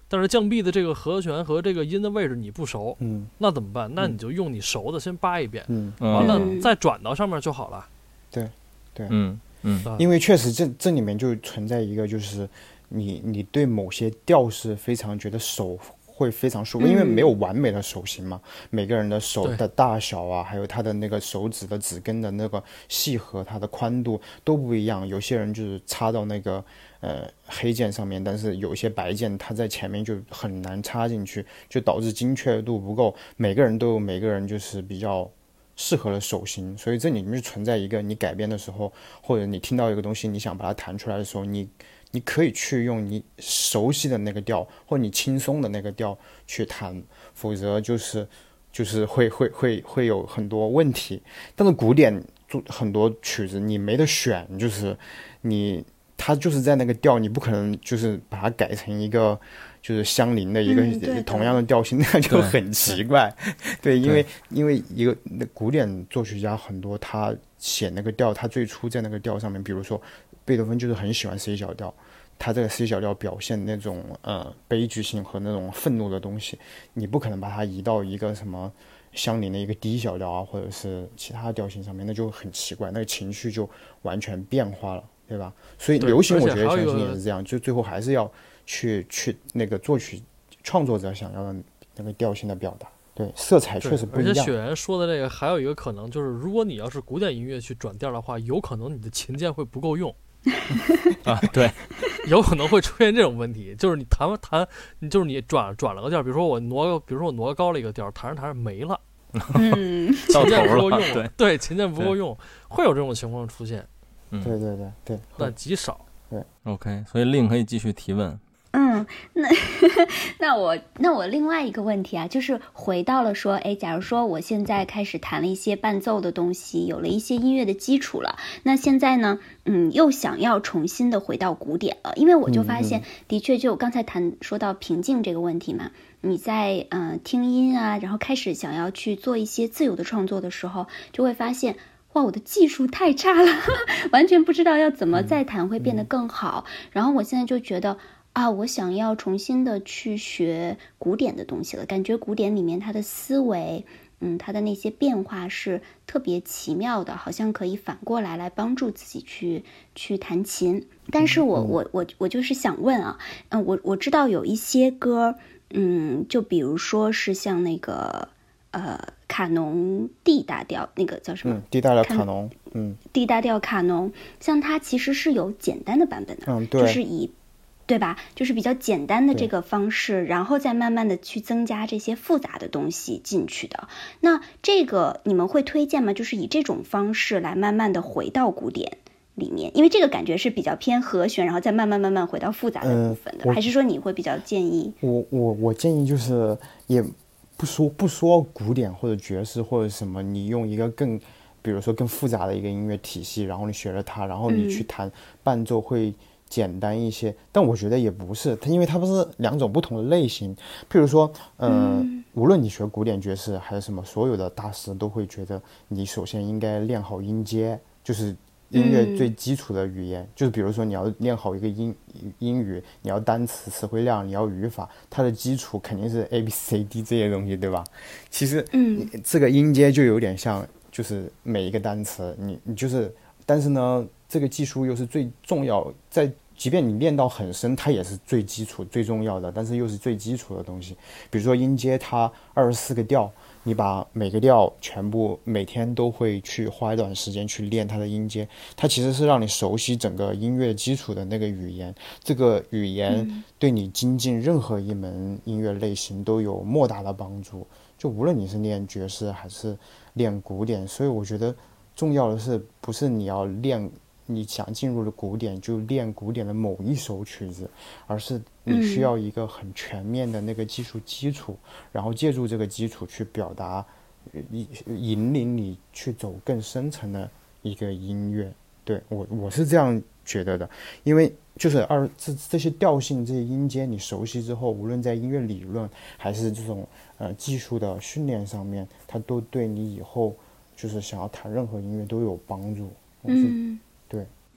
但是降 B 的这个和弦和这个音的位置你不熟， 嗯， 那怎么办？那你就用你熟的先扒一遍， 嗯， 完了嗯再转到上面就好了。 对，对， 嗯嗯， 啊因为确实这这里面就存在一个，就是你你对某些调式非常觉得手会非常舒服， 嗯因为没有完美的手型嘛，每个人的手对的大小啊，还有他的那个手指的指根的那个细和它的宽度都不一样，有些人就是插到那个呃黑键上面，但是有些白键它在前面就很难插进去，就导致精确度不够。每个人都有每个人就是比较适合的手型，所以这里面就存在一个你改编的时候，或者你听到一个东西，你想把它弹出来的时候，你你可以去用你熟悉的那个调，或者你轻松的那个调去弹，否则就是就是会会会会有很多问题。但是古典做很多曲子你没得选，就是你它就是在那个调，你不可能就是把它改成一个就是相邻的一个、 嗯对的同样的调性，那样就很奇怪。对，因为因为一个那古典作曲家很多，他写那个调，他最初在那个调上面，比如说贝多芬就是很喜欢 C 小调，他这个 C 小调表现那种呃悲剧性和那种愤怒的东西，你不可能把它移到一个什么相邻的一个 D 小调啊，或者是其他调性上面，那就很奇怪，那个情绪就完全变化了，对吧？所以对流行我而且还有一个觉得相信也是这样，就最后还是要去去那个作曲创作者想要的那个调性的表达。对，色彩对确实不一样。 而且雪原说的这个还有一个可能就是，如果你要是古典音乐去转调的话，有可能你的琴键会不够用。 啊，对， 有可能会出现这种问题，就是你弹弹，你就是你转转了个调，比如说我挪，比如说我挪高了一个调，弹着弹着没了， 嗯， 到琴键不头了， 够用， 对， 对，琴键不够用，会有这种情况出现， 嗯对对对对， 但极少。 ，OK，所以令可以继续提问。 嗯，那那我那我另外一个问题啊，就是回到了说，哎，假如说我现在开始弹了一些伴奏的东西，有了一些音乐的基础了，那现在呢，嗯，又想要重新的回到古典了，因为我就发现， 嗯的确就刚才谈说到平静这个问题嘛，你在呃听音啊，然后开始想要去做一些自由的创作的时候，就会发现。哇，我的技术太差了，完全不知道要怎么再弹会变得更好。然后我现在就觉得啊，我想要重新的去学古典的东西了，感觉古典里面它的思维，嗯，它的那些变化是特别奇妙的，好像可以反过来来帮助自己去去弹琴。但是我我我我就是想问啊，嗯，我我知道有一些歌，嗯，就比如说是像那个呃卡农 D 大调，那个叫什么？ 嗯，D 大调卡农，嗯 D 大调卡农，像它其实是有简单的版本的， 嗯，对， 就是以。对吧？就是比较简单的这个方式，然后再慢慢的去增加这些复杂的东西进去的。那这个你们会推荐吗？就是以这种方式来慢慢的回到古典里面，因为这个感觉是比较偏和弦，然后再慢慢慢慢回到复杂的部分的。 呃、 还是说你会比较建议？ 我我我建议就是也不说不说古典或者爵士或者什么，你用一个更比如说更复杂的一个音乐体系，然后你学了它，然后你去弹伴奏会简单一些，但我觉得也不是它，因为它不是两种不同的类型。譬如说，呃，嗯、无论你学古典爵士还是什么，所有的大师都会觉得你首先应该练好音阶，就是音乐最基础的语言。嗯、就是比如说你要练好一个英英语，你要单词词汇量，你要语法，它的基础肯定是 A B C D 这些东西，对吧？其实，嗯，这个音阶就有点像，就是每一个单词，你你就是，但是呢。这个技术又是最重要，在即便你练到很深，它也是最基础、最重要的，但是又是最基础的东西。比如说音阶，它二十四个调，你把每个调全部每天都会去花一段时间去练它的音阶，它其实是让你熟悉整个音乐基础的那个语言。这个语言对你精进任何一门音乐类型都有莫大的帮助。就无论你是练爵士还是练古典，所以我觉得重要的是不是你要练。你想进入了古典就练古典的某一首曲子，而是你需要一个很全面的那个技术基础，嗯、然后借助这个基础去表达，引领你去走更深层的一个音乐。对，我我是这样觉得的，因为就是二这这些调性、这些音阶你熟悉之后，无论在音乐理论还是这种呃技术的训练上面，它都对你以后就是想要弹任何音乐都有帮助。 嗯。 对，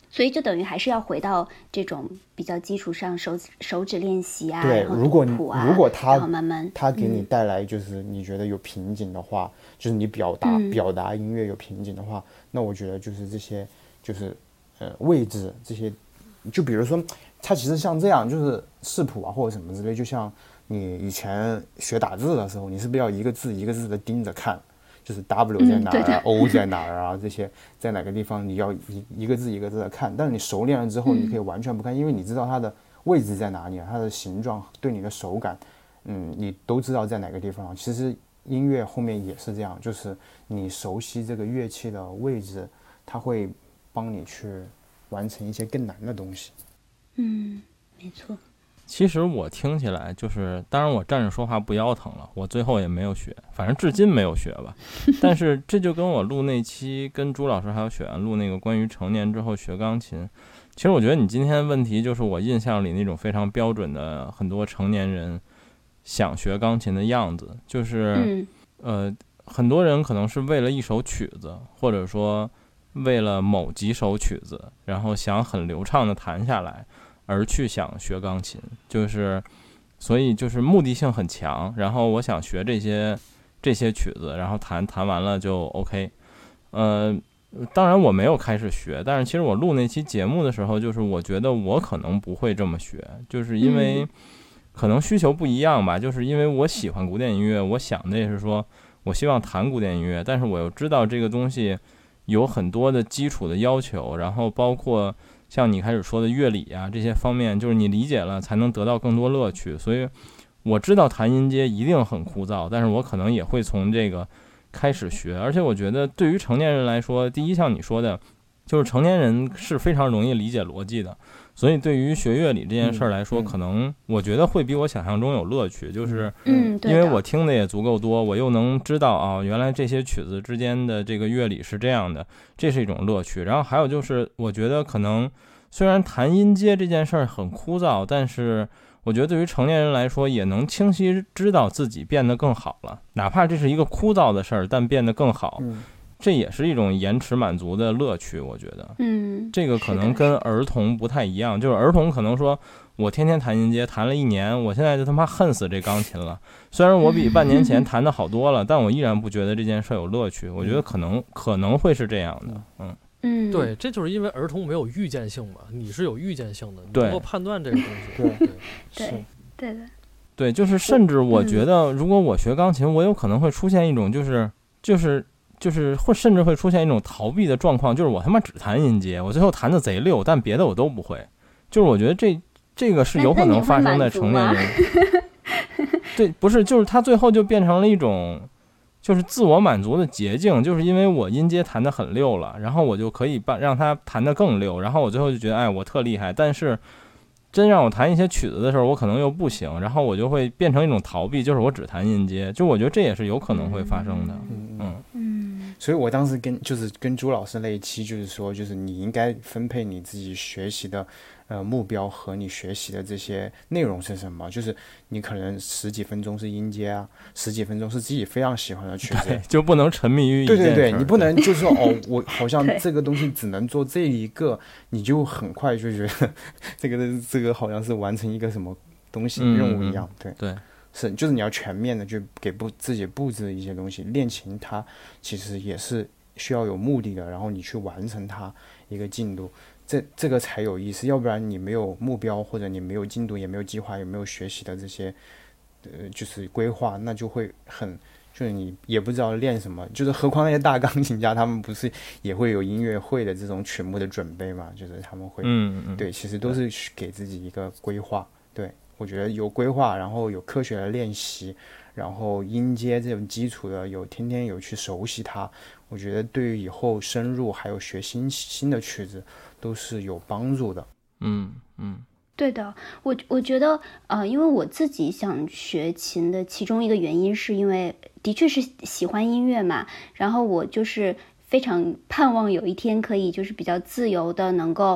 所以就等于还是要回到这种比较基础上手手指练习啊， 对， 然后如果读谱啊， 如果他然后慢慢他给你嗯带来就是你觉得有瓶颈的话，就是你表达、 嗯表达音乐有瓶颈的话，那我觉得就是这些就是呃位置这些，就比如说它其实像这样，就是视谱啊或者什么之类，就像你以前学打字的时候，你是不是要一个字一个字的盯着看？就是 W 在哪儿啊、 嗯、 O 在哪儿啊，这些在哪个地方你要一一个字一个字的看。但是你熟练了之后，你可以完全不看，嗯、因为你知道它的位置在哪里，它的形状对你的手感，嗯，你都知道在哪个地方。其实音乐后面也是这样，就是你熟悉这个乐器的位置，它会帮你去完成一些更难的东西。 嗯，没错。 其实我听起来就是，当然我站着说话不腰疼了，我最后也没有学，反正至今没有学吧。但是这就跟我录那期跟朱老师还有雪原录那个关于成年之后学钢琴，其实我觉得你今天的问题就是我印象里那种非常标准的很多成年人想学钢琴的样子，就是、 嗯、 呃，很多人可能是为了一首曲子，或者说为了某几首曲子，然后想很流畅的弹下来。而去想学钢琴，就是所以就是目的性很强，然后我想学这些这些曲子，然后弹弹完了就 OK。呃，当然我没有开始学，但是其实我录那期节目的时候，就是我觉得我可能不会这么学，就是因为可能需求不一样吧，就是因为我喜欢古典音乐，我想的也是说我希望弹古典音乐，但是我又知道这个东西有很多的基础的要求，然后包括像你开始说的乐理啊这些方面，就是你理解了才能得到更多乐趣。所以我知道弹音阶一定很枯燥，但是我可能也会从这个开始学。而且我觉得对于成年人来说，第一像你说的，就是成年人是非常容易理解逻辑的，所以对于学乐理这件事来说、嗯、可能我觉得会比我想象中有乐趣，就是因为我听的也足够多，我又能知道啊，原来这些曲子之间的这个乐理是这样的，这是一种乐趣。然后还有就是我觉得可能虽然弹音阶这件事儿很枯燥，但是我觉得对于成年人来说也能清晰知道自己变得更好了，哪怕这是一个枯燥的事儿，但变得更好、嗯这也是一种延迟满足的乐趣，我觉得， 嗯， 这个可能跟儿童不太一样，就是儿童可能说，我天天弹音阶，弹了一年，我现在就他妈恨死这钢琴了。虽然我比半年前弹的好多了，但我依然不觉得这件事有乐趣。我觉得可能可能会是这样的，嗯嗯， 对，这就是因为儿童没有预见性嘛，你是有预见性的，你能够判断这个东西。 对对对对的， 对，就是甚至我觉得，如果我学钢琴，我有可能会出现一种就是就是。就是会甚至会出现一种逃避的状况，就是我他妈只弹音阶，我最后弹的贼溜，但别的我都不会。就是我觉得这这个是有可能发生在成年人。对，不是，就是他最后就变成了一种就是自我满足的捷径，就是因为我音阶弹得很溜了，然后我就可以把让他弹得更溜，然后我最后就觉得哎我特厉害，但是真让我弹一些曲子的时候，我可能又不行，然后我就会变成一种逃避，就是我只弹音阶，就我觉得这也是有可能会发生的。嗯嗯嗯，所以我当时跟就是跟朱老师那一期就是说，就是你应该分配你自己学习的呃目标和你学习的这些内容是什么，就是你可能十几分钟是音阶啊，十几分钟是自己非常喜欢的曲子， 就不能沉迷于一件事。 对对对，你不能就是说哦，我好像这个东西只能做这一个，你就很快就觉得这个这个好像是完成一个什么东西、嗯、任务一样。对对， 是就是你要全面的去给布自己布置一些东西。练琴它其实也是需要有目的的，然后你去完成它一个进度。这这个才有意思，要不然你没有目标，或者你没有进度，也没有计划，也没有学习的这些，呃，就是规划，那就会很，就是你也不知道练什么。就是何况那些大钢琴家，他们不是也会有音乐会的这种曲目的准备嘛？就是他们会， 嗯嗯， 对，其实都是给自己一个规划。对，我觉得有规划，然后有科学的练习，然后音阶这种基础的有天天有去熟悉它，我觉得对于以后深入还有学新新的曲子都是有帮助的。 嗯嗯， 对的，我我觉得呃，因为我自己想学琴的其中一个原因是因为的确是喜欢音乐嘛，然后我就是非常盼望有一天可以就是比较自由的能够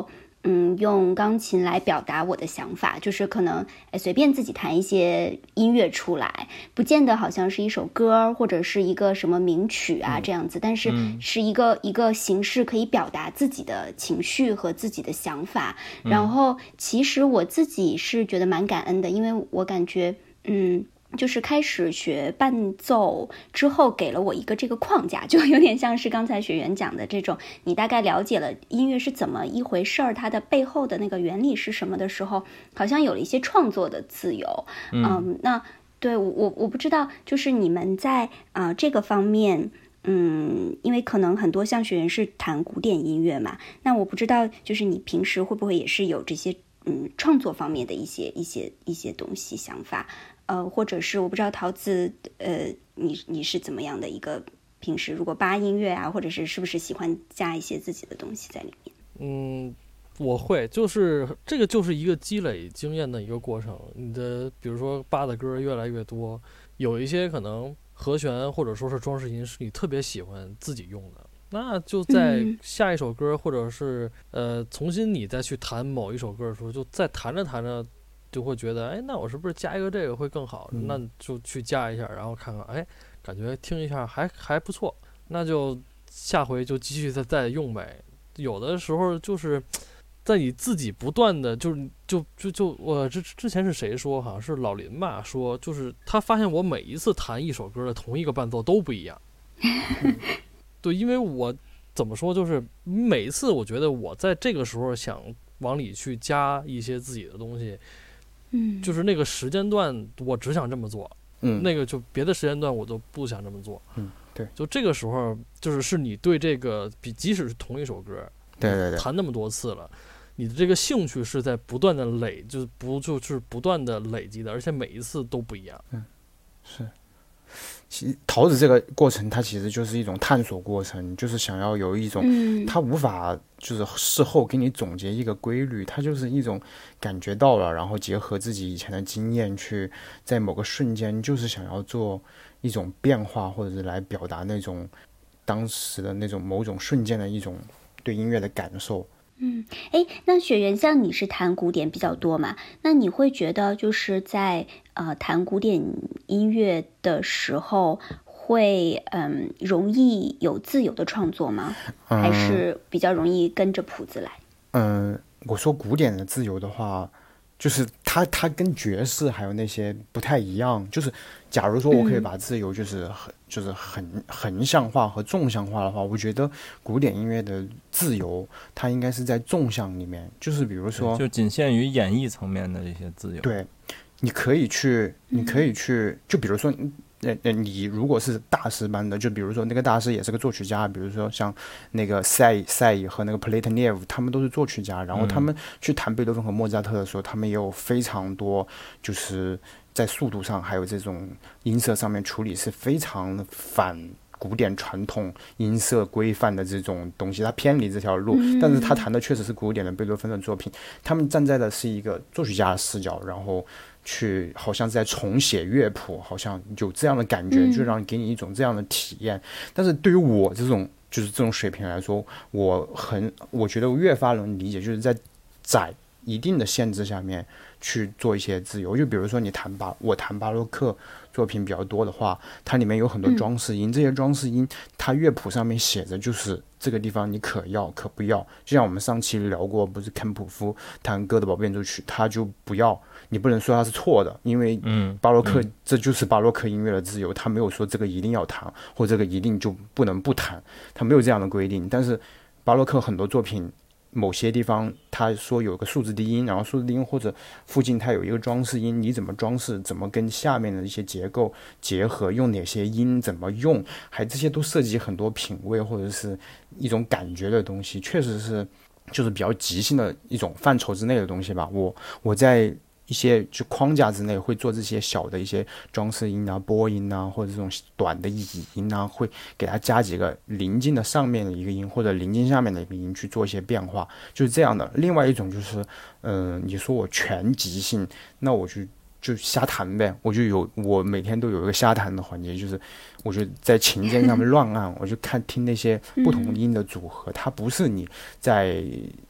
嗯，用钢琴来表达我的想法，就是可能哎随便自己弹一些音乐出来，不见得好像是一首歌或者是一个什么名曲啊、嗯、这样子，但是是一个、嗯、一个形式可以表达自己的情绪和自己的想法。 嗯、 然后其实我自己是觉得蛮感恩的，因为我感觉嗯。就是开始学伴奏之后给了我一个这个框架，就有点像是刚才学员讲的这种，你大概了解了音乐是怎么一回事儿，它的背后的那个原理是什么的时候，好像有了一些创作的自由。 嗯, 嗯那对我我不知道就是你们在啊、呃、这个方面，嗯，因为可能很多像学员是弹古典音乐嘛，那我不知道就是你平时会不会也是有这些嗯创作方面的一些一些一些东西想法，呃，或者是我不知道桃子，呃，你你是怎么样的一个平时如果扒音乐啊，或者是是不是喜欢加一些自己的东西在里面？ 嗯，我会，就是这个就是一个积累经验的一个过程。你的比如说扒的歌越来越多，有一些可能和弦或者说是装饰音是你特别喜欢自己用的，那就在下一首歌，或者是呃重新你再去弹某一首歌的时候，就再弹着弹着。就会觉得，哎，那我是不是加一个这个会更好？嗯、那就去加一下，然后看看，哎，感觉听一下还还不错，那就下回就继续再再用呗。有的时候就是在你自己不断的，就是就就就我之之前是谁说，好像是老林吧，说就是他发现我每一次弹一首歌的同一个伴奏都不一样。嗯、对，因为我怎么说，就是每一次我觉得我在这个时候想往里去加一些自己的东西。 嗯， 就是那个时间段我只想这么做， 嗯， 那个就别的时间段我都不想这么做， 嗯，对， 就这个时候就是是你对这个比即使是同一首歌， 对对对， 弹那么多次了，你的这个兴趣是在不断的累，就是不就是不断的累积的，而且每一次都不一样。 嗯，是。其实桃子这个过程，它其实就是一种探索过程，就是想要有一种， 嗯、 它无法就是事后给你总结一个规律，它就是一种感觉到了，然后结合自己以前的经验去，在某个瞬间就是想要做一种变化，或者是来表达那种当时的那种某种瞬间的一种对音乐的感受。 嗯，哎，那雪原像你是弹古典比较多嘛？那你会觉得就是在呃弹古典音乐的时候会嗯容易有自由的创作吗？ 嗯、 还是比较容易跟着谱子来？ 嗯，我说古典的自由的话，就是它它跟爵士还有那些不太一样。就是假如说我可以把自由就是很、嗯、就是横横向化和纵向化的话，我觉得古典音乐的自由它应该是在纵向里面，就是比如说就仅限于演绎层面的这些自由。 对，你可以去你可以去就比如说呃呃，你如果是大师班的，就比如说那个大师也是个作曲家，比如说像那个赛赛和那个 Platonev， 他们都是作曲家，然后他们去弹贝多芬和莫扎特的时候，他们也有非常多就是在速度上还有这种音色上面处理是非常反古典传统音色规范的这种东西，他偏离这条路，但是他弹的确实是古典的贝多芬的作品。他们站在的是一个作曲家的视角，然后去好像在重写乐谱，好像有这样的感觉，就让给你一种这样的体验。但是对于我这种就是这种水平来说，我很我觉得我越发能理解，就是在窄一定的限制下面去做一些自由。就比如说你弹巴我弹巴洛克作品比较多的话，它里面有很多装饰音、嗯、这些装饰音它乐谱上面写着就是这个地方你可要可不要。就像我们上期聊过，不是肯普夫弹哥德堡变奏曲他就不要，你不能说他是错的，因为巴洛克、嗯嗯、这就是巴洛克音乐的自由，他没有说这个一定要弹或这个一定就不能不弹，他没有这样的规定。但是巴洛克很多作品某些地方他说有个数字低音，然后数字低音或者附近它有一个装饰音，你怎么装饰，怎么跟下面的一些结构结合，用哪些音怎么用，还这些都涉及很多品味或者是一种感觉的东西，确实是就是比较即兴的一种范畴之内的东西吧。我我在一些就框架之内会做这些小的一些装饰音啊、波音啊，或者这种短的倚音啊，会给它加几个临近的上面的一个音或者临近下面的一个音去做一些变化，就是这样的。另外一种就是嗯、呃，你说我全即兴，那我就就瞎弹呗，我就有我每天都有一个瞎弹的环节，就是我就在琴键上面乱按，我就看听那些不同音的组合，它不是你在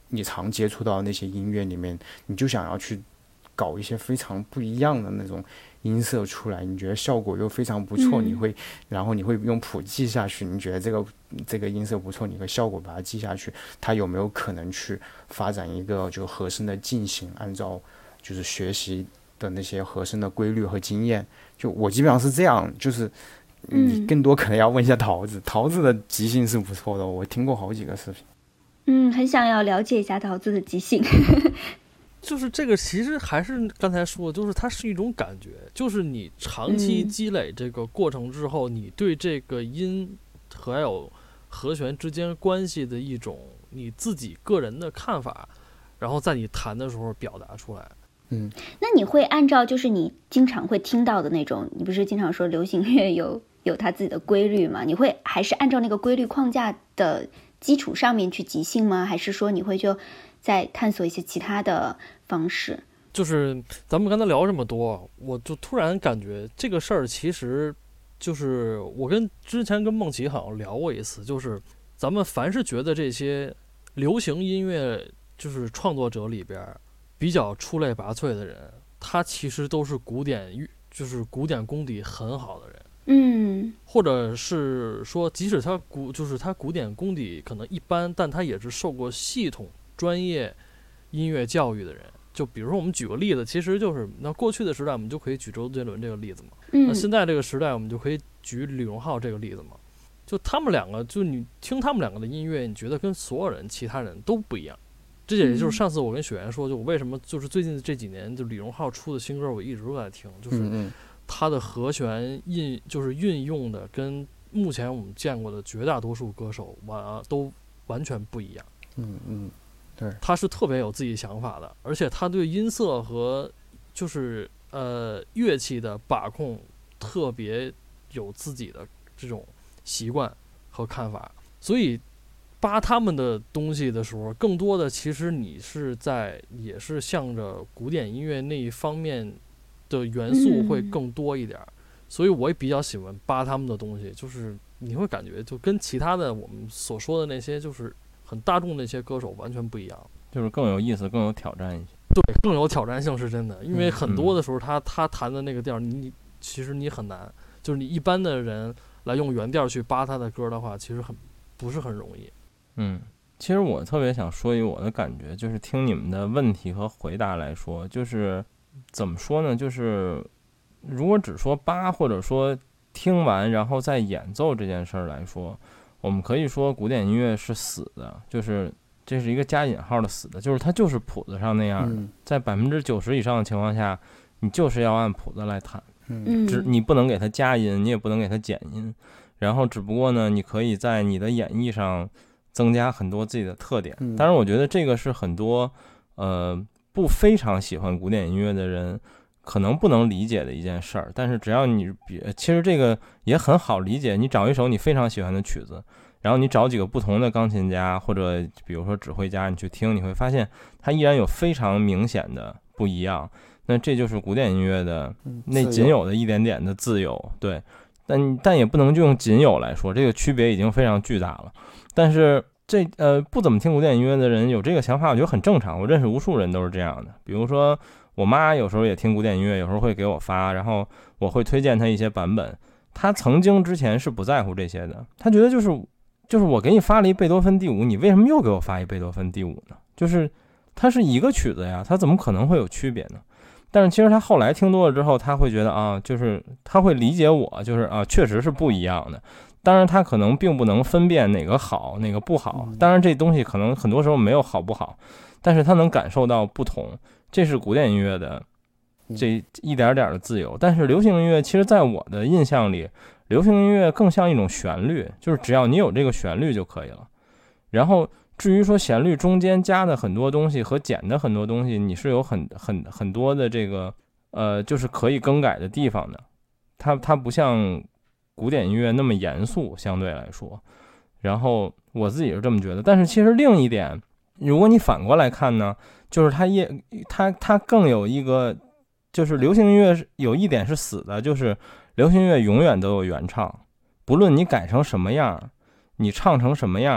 你常接触到的那些音乐里面，你就想要去搞一些非常不一样的那种音色出来，你觉得效果又非常不错， 嗯、 你会然后你会用谱记下去，你觉得这个这个音色不错，你会效果把它记下去，它有没有可能去发展一个就和声的进行，按照就是学习的那些和声的规律和经验，就我基本上是这样，就是你更多可能要问一下桃子，桃子的即兴是不错的，我听过好几个视频。 嗯，很想要了解一下桃子的即兴。 就是这个其实还是刚才说的，就是它是一种感觉，就是你长期积累这个过程之后，嗯、你对这个音和还有和弦之间关系的一种你自己个人的看法，然后在你弹的时候表达出来。 嗯， 那你会按照就是你经常会听到的那种，你不是经常说流行乐有有它自己的规律吗？你会还是按照那个规律框架的基础上面去即兴吗？还是说你会就再探索一些其他的方式？ 就是咱们刚才聊这么多，我就突然感觉这个事儿其实就是我跟之前跟梦琪好像聊过一次，就是咱们凡是觉得这些流行音乐就是创作者里边比较出类拔萃的人，他其实都是古典就是古典功底很好的人。 嗯， 或者是说即使他古就是他古典功底可能一般，但他也是受过系统专业音乐教育的人。就比如说我们举个例子，其实就是那过去的时代我们就可以举周杰伦这个例子嘛， 嗯、 那现在这个时代我们就可以举李荣浩这个例子嘛。就他们两个，就你听他们两个的音乐，你觉得跟所有人其他人都不一样。这也就是上次我跟雪原说，就我为什么就是最近这几年就李荣浩出的新歌我一直都在听，就是他的和弦运就是运用的跟目前我们见过的绝大多数歌手完都完全不一样。 嗯嗯，对， 他是特别有自己想法的，而且他对音色和就是呃乐器的把控特别有自己的这种习惯和看法，所以扒他们的东西的时候，更多的其实你是在也是向着古典音乐那一方面的元素会更多一点、嗯、所以我也比较喜欢扒他们的东西，就是你会感觉就跟其他的我们所说的那些就是很大众的那些歌手完全不一样， 就是更有意思更有挑战一些。 对，更有挑战性是真的，因为很多的时候他、嗯、他弹的那个调你其实你很难，就是你一般的人来用原调去扒他的歌的话，其实很不是很容易。 嗯，其实我特别想说一我的感觉，就是听你们的问题和回答来说，就是怎么说呢，就是如果只说扒或者说听完然后再演奏这件事儿来说，我们可以说古典音乐是死的，就是这是一个加引号的死的，就是它就是谱子上那样的，在百分之九十以上的情况下，你就是要按谱子来弹， 嗯， 只你不能给它加音，你也不能给它减音，然后只不过呢，你可以在你的演绎上增加很多自己的特点。当然我觉得这个是很多呃不非常喜欢古典音乐的人可能不能理解的一件事儿，但是只要你其实这个也很好理解，你找一首你非常喜欢的曲子，然后你找几个不同的钢琴家或者比如说指挥家你去听，你会发现它依然有非常明显的不一样，那这就是古典音乐的那仅有的一点点的自由。对，但但也不能就用仅有来说，这个区别已经非常巨大了。但是这呃不怎么听古典音乐的人有这个想法，我觉得很正常。我认识无数人都是这样的。比如说我妈有时候也听古典音乐，有时候会给我发，然后我会推荐她一些版本。她曾经之前是不在乎这些的，她觉得就是就是我给你发了一贝多芬第五，你为什么又给我发一贝多芬第五呢？就是它是一个曲子呀，它怎么可能会有区别呢？但是其实他后来听多了之后，他会觉得啊，就是他会理解我，就是啊，确实是不一样的。当然他可能并不能分辨哪个好哪个不好，当然这东西可能很多时候没有好不好，但是他能感受到不同，这是古典音乐的这一点点的自由。但是流行音乐其实在我的印象里，流行音乐更像一种旋律，就是只要你有这个旋律就可以了。然后至于说旋律中间加的很多东西和减的很多东西，你是有很很很多的这个呃，就是可以更改的地方的。它它不像古典音乐那么严肃，相对来说。然后我自己是这么觉得。但是其实另一点，如果你反过来看呢，就是它也它它更有一个，就是流行音乐有一点是死的，就是流行音乐永远都有原唱，不论你改成什么样，你唱成什么样。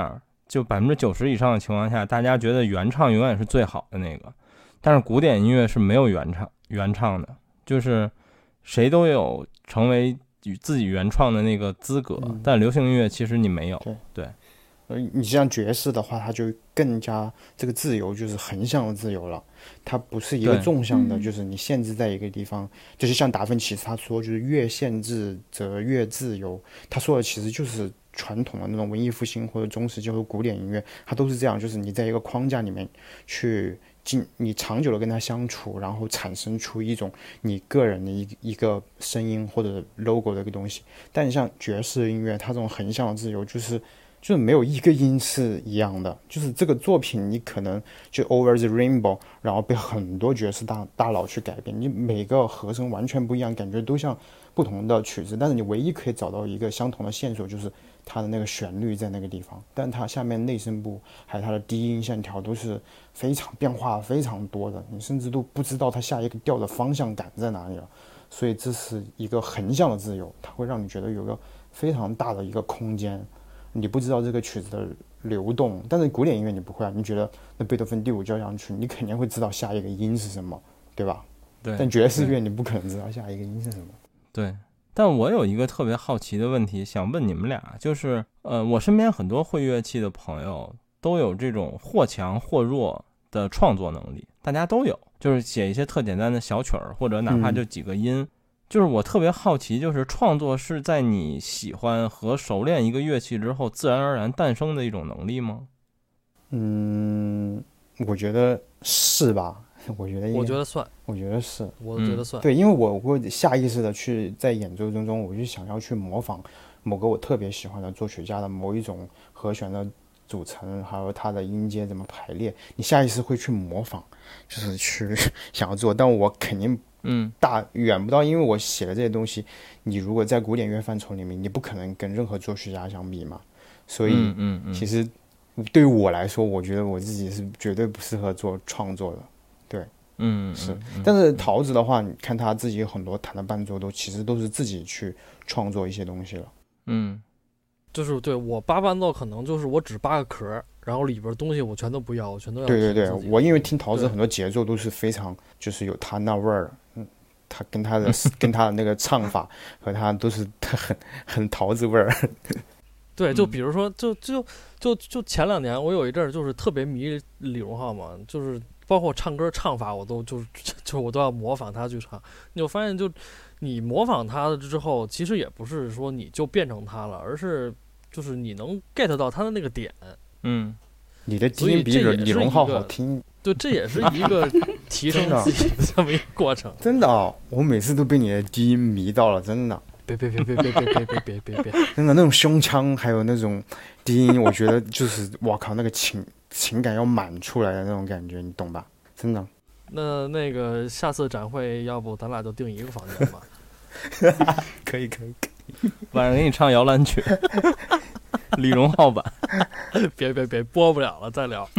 就百分之九十以上的情况下，大家觉得原唱永远是最好的那个，但是古典音乐是没有原唱原唱的，就是谁都有成为自己原创的那个资格，嗯、但流行音乐其实你没有。对， 对，你像爵士的话，它就更加这个自由就是横向的自由了，它不是一个纵向的，就是你限制在一个地方，就是像达芬奇他说，就是越限制则越自由。他说的其实就是传统的那种文艺复兴或者中世纪或者古典音乐，它都是这样，就是你在一个框架里面去进，你长久的跟它相处，然后产生出一种你个人的一一个声音或者 logo 的一个东西。但你像爵士音乐，它这种横向的自由，就是就是没有一个音是一样的，就是这个作品你可能就 Over the Rainbow， 然后被很多爵士大大佬去改编，你每个和声完全不一样，感觉都像不同的曲子，但是你唯一可以找到一个相同的线索，就是它的那个旋律在那个地方，但它下面内声部还有它的低音线条都是非常变化非常多的，你甚至都不知道它下一个调的方向感在哪里了。所以这是一个横向的自由，它会让你觉得有个非常大的一个空间，你不知道这个曲子的流动。但是古典音乐你不会啊，你觉得那贝多芬第五交响曲，你肯定会知道下一个音是什么，对吧？ 对。 但爵士乐你不可能知道下一个音是什么。 对。但我有一个特别好奇的问题想问你们俩，就是呃，我身边很多会乐器的朋友都有这种或强或弱的创作能力，大家都有，就是写一些特简单的小曲儿，或者哪怕就几个音。嗯、就是我特别好奇，就是创作是在你喜欢和熟练一个乐器之后自然而然诞生的一种能力吗？ 嗯，我觉得是吧。我觉得， 我觉得算， 我觉得是， 我觉得算。 对，因为我会下意识的去在演奏当中，我就想要去模仿某个我特别喜欢的作曲家的某一种和弦的组成，还有它的音阶怎么排列，你下意识会去模仿，就是去想要做。但我肯定，嗯，大远不到，因为我写的这些东西，你如果在古典乐范畴里面，你不可能跟任何作曲家相比嘛。所以，嗯嗯嗯，其实对于我来说，我觉得我自己是绝对不适合做创作的。对，嗯，是，但是桃子的话，你看他自己很多弹的伴奏都其实都是自己去创作一些东西了。 嗯，就是对我扒伴奏可能就是我只扒个壳，然后里边东西我全都不要，我全都要。 对对对，我因为听桃子很多节奏都是非常就是有他那味儿，嗯，他跟他的跟他的那个唱法和他都是很很桃子味儿。 对，就比如说，就就就就前两年我有一阵儿就是特别迷李荣浩嘛，就是。包括唱歌唱法，我都就是就我都要模仿他去唱。你就发现，就你模仿他之后，其实也不是说你就变成他了，而是就是你能 get 到他的那个点。 嗯， 你的低音比李荣浩好听。 对，这也是一个提升自己的这么一个过程。 真的哦，我每次都被你的低音迷到了，真的。 别别别别别别别别别别别！ 真的那种胸腔还有那种低音，我觉得就是哇靠，那个情。情感要满出来的那种感觉，你懂吧？真的。 那那个下次展会，要不咱俩就订一个房间吧？ 可以可以可以，晚上给你唱摇篮曲，李荣浩版。 别别别，播不了了，再聊。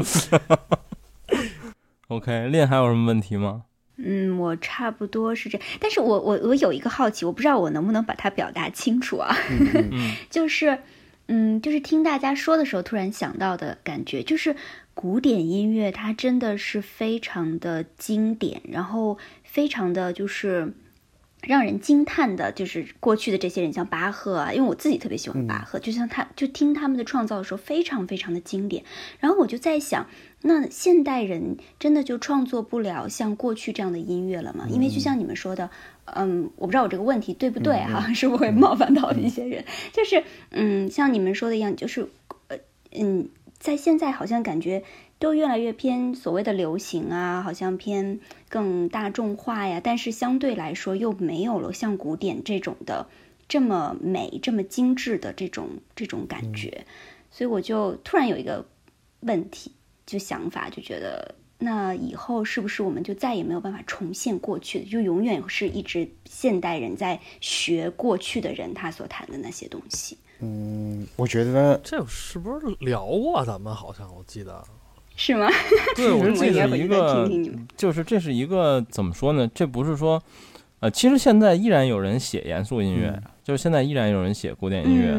OK， 练还有什么问题吗？ 嗯，我差不多是这，但是我我我有一个好奇，我不知道我能不能把它表达清楚啊？嗯嗯就是。嗯，就是听大家说的时候，突然想到的感觉，就是古典音乐它真的是非常的经典，然后非常的就是让人惊叹的，就是过去的这些人，像巴赫啊，因为我自己特别喜欢巴赫，嗯、就像他，就听他们的创造的时候，非常非常的经典。然后我就在想，那现代人真的就创作不了像过去这样的音乐了吗？因为就像你们说的。嗯，我不知道我这个问题对不对哈、啊嗯，是不是会冒犯到一些人？嗯、就是嗯，像你们说的一样，就是呃嗯，在现在好像感觉都越来越偏所谓的流行啊，好像偏更大众化呀，但是相对来说又没有了像古典这种的这么美、这么精致的这种这种感觉，嗯、所以我就突然有一个问题，就想法，就觉得。那以后是不是我们就再也没有办法重现过去的，就永远是一直现代人在学过去的人他所谈的那些东西？ 嗯，我觉得这是不是聊过？咱们好像我记得是吗？ 对，我记得一个，就是这是一个怎么说呢？这不是说，呃，其实现在依然有人写严肃音乐，嗯、就是现在依然有人写古典音乐。嗯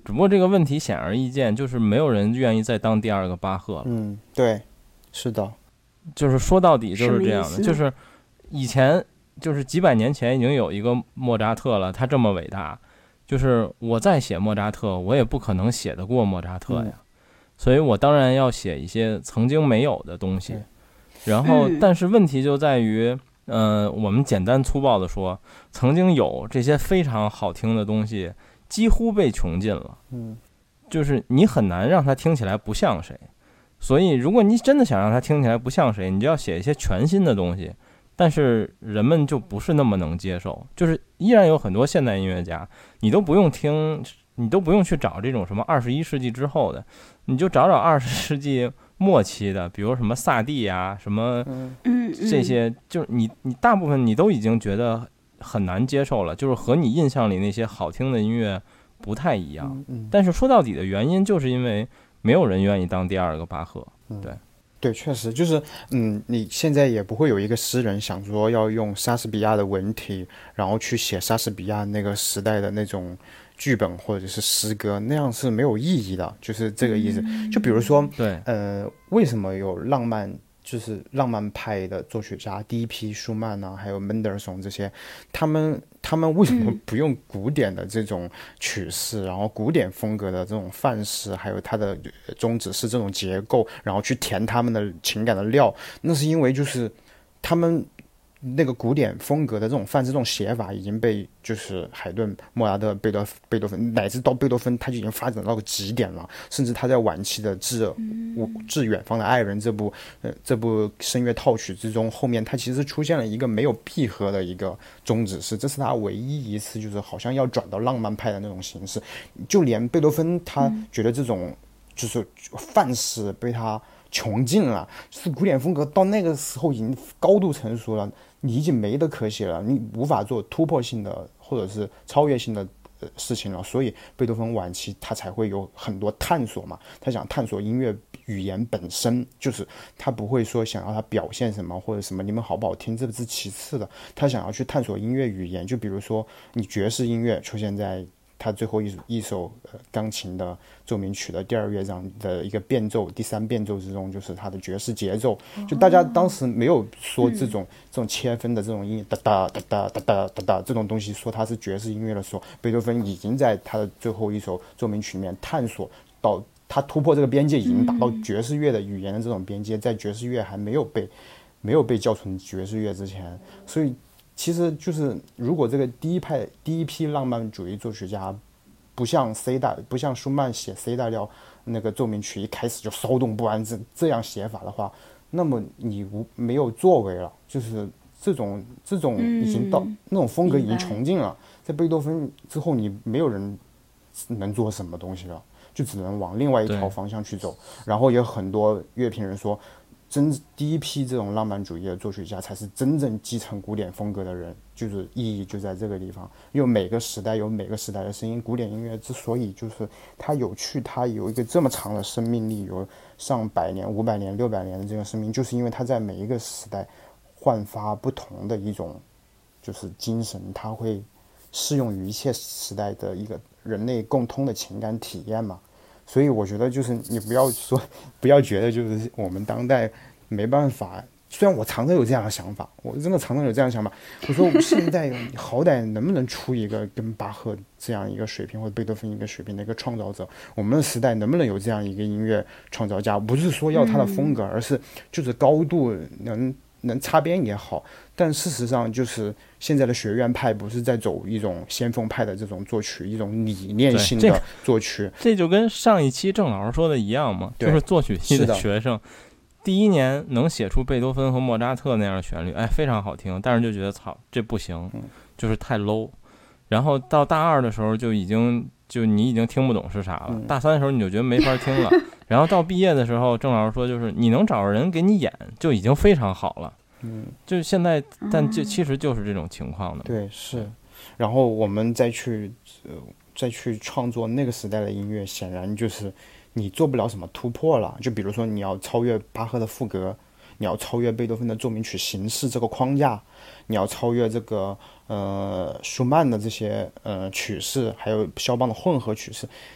只不过这个问题显而易见，就是没有人愿意再当第二个巴赫了。 嗯，对，是的， 就是说到底就是这样的， 什么意思呢？ 就是以前就是几百年前已经有一个莫扎特了，他这么伟大，就是我再写莫扎特，我也不可能写得过莫扎特呀， 嗯、 所以我当然要写一些曾经没有的东西。然后，但是问题就在于，呃，我们简单粗暴的说，曾经有这些非常好听的东西，几乎被穷尽了。 嗯， 就是你很难让它听起来不像谁。所以，如果你真的想让它听起来不像谁，你就要写一些全新的东西。但是人们就不是那么能接受，就是依然有很多现代音乐家，你都不用听，你都不用去找这种什么二十一世纪之后的，你就找找二十世纪末期的，比如什么萨蒂啊，什么这些，就是你你大部分你都已经觉得很难接受了，就是和你印象里那些好听的音乐不太一样。但是说到底的原因，就是因为没有人愿意当第二个巴赫。对。 对，确实就是，嗯，你现在也不会有一个诗人想说要用莎士比亚的文体，然后去写莎士比亚那个时代的那种剧本或者是诗歌，那样是没有意义的，就是这个意思。就比如说， 对， 呃，为什么有浪漫，就是浪漫派的作曲家，第一批舒曼啊，还有门德尔松这些，他们他们为什么不用古典的这种曲式，然后古典风格的这种范式，还有它的宗旨是这种结构，然后去填他们的情感的料？那是因为就是他们那个古典风格的这种范式、这种写法已经被就是海顿、莫扎特、贝多贝多芬，乃至到贝多芬，他就已经发展到个极点了。甚至他在晚期的《致致远方的爱人》这部呃这部声乐套曲之中，后面他其实出现了一个没有闭合的一个宗旨式，这是他唯一一次就是好像要转到浪漫派的那种形式。就连贝多芬他觉得这种就是范式被他穷尽了，就是古典风格到那个时候已经高度成熟了，你已经没得可写了，你无法做突破性的或者是超越性的事情了，所以贝多芬晚期他才会有很多探索嘛，他想探索音乐语言本身，就是他不会说想要他表现什么或者什么你们好不好听，这是其次的，他想要去探索音乐语言。就比如说你爵士音乐出现在他最后一一首呃钢琴的奏鸣曲的第二乐章的一个变奏，第三变奏之中就是他的爵士节奏。就大家当时没有说这种、嗯、这种切分的这种音乐哒哒哒哒哒哒哒哒这种东西说它是爵士音乐的时候，贝多芬已经在他的最后一首奏鸣曲里面探索到他突破这个边界，已经达到爵士乐的语言的这种边界，在爵士乐还没有被没有被叫成爵士乐之前，所以。其实就是，如果这个第一派第一批浪漫主义作曲家，不像 C 大，不像舒曼写 C 大调那个奏鸣曲一开始就骚动不安这这样写法的话，那么你无没有作为了，就是这种这种已经到、嗯、那种风格已经穷尽了，在贝多芬之后，你没有人能做什么东西了，就只能往另外一条方向去走。然后也有很多乐评人说。真第一批这种浪漫主义的作曲家才是真正继承古典风格的人，就是意义就在这个地方。因为每个时代有每个时代的声音，古典音乐之所以就是它有趣，它有一个这么长的生命力，有上百年、五百年、六百年的这个生命，就是因为它在每一个时代焕发不同的一种就是精神，它会适用于一切时代的一个人类共通的情感体验嘛。所以我觉得就是你不要说，不要觉得就是我们当代没办法。虽然我常常有这样的想法，我真的常常有这样的想法。我说我们现在好歹能不能出一个跟巴赫这样一个水平，或者贝多芬一个水平的一个创造者？我们的时代能不能有这样一个音乐创造家？不是说要他的风格，而是就是高度能能擦边也好。但事实上就是现在的学院派不是在走一种先锋派的这种作曲，一种理念性的作曲。 这, 这就跟上一期郑老师说的一样嘛，就是作曲系的学生第一年能写出贝多芬和莫扎特那样的旋律，哎，非常好听，但是就觉得操，这不行，就是太 low。然后到大二的时候就已经就你已经听不懂是啥了，大三的时候你就觉得没法听了，然后到毕业的时候，郑老师说就是你能找着人给你演就已经非常好了。嗯，就是现在，但就其实就是这种情况的。 对，是。然后我们再去呃再去创作那个时代的音乐，显然就是你做不了什么突破了。就比如说你要超越巴赫的赋格，你要超越贝多芬的奏鸣曲形式这个框架，你要超越这个呃舒曼的这些呃曲式，还有肖邦的混合曲式。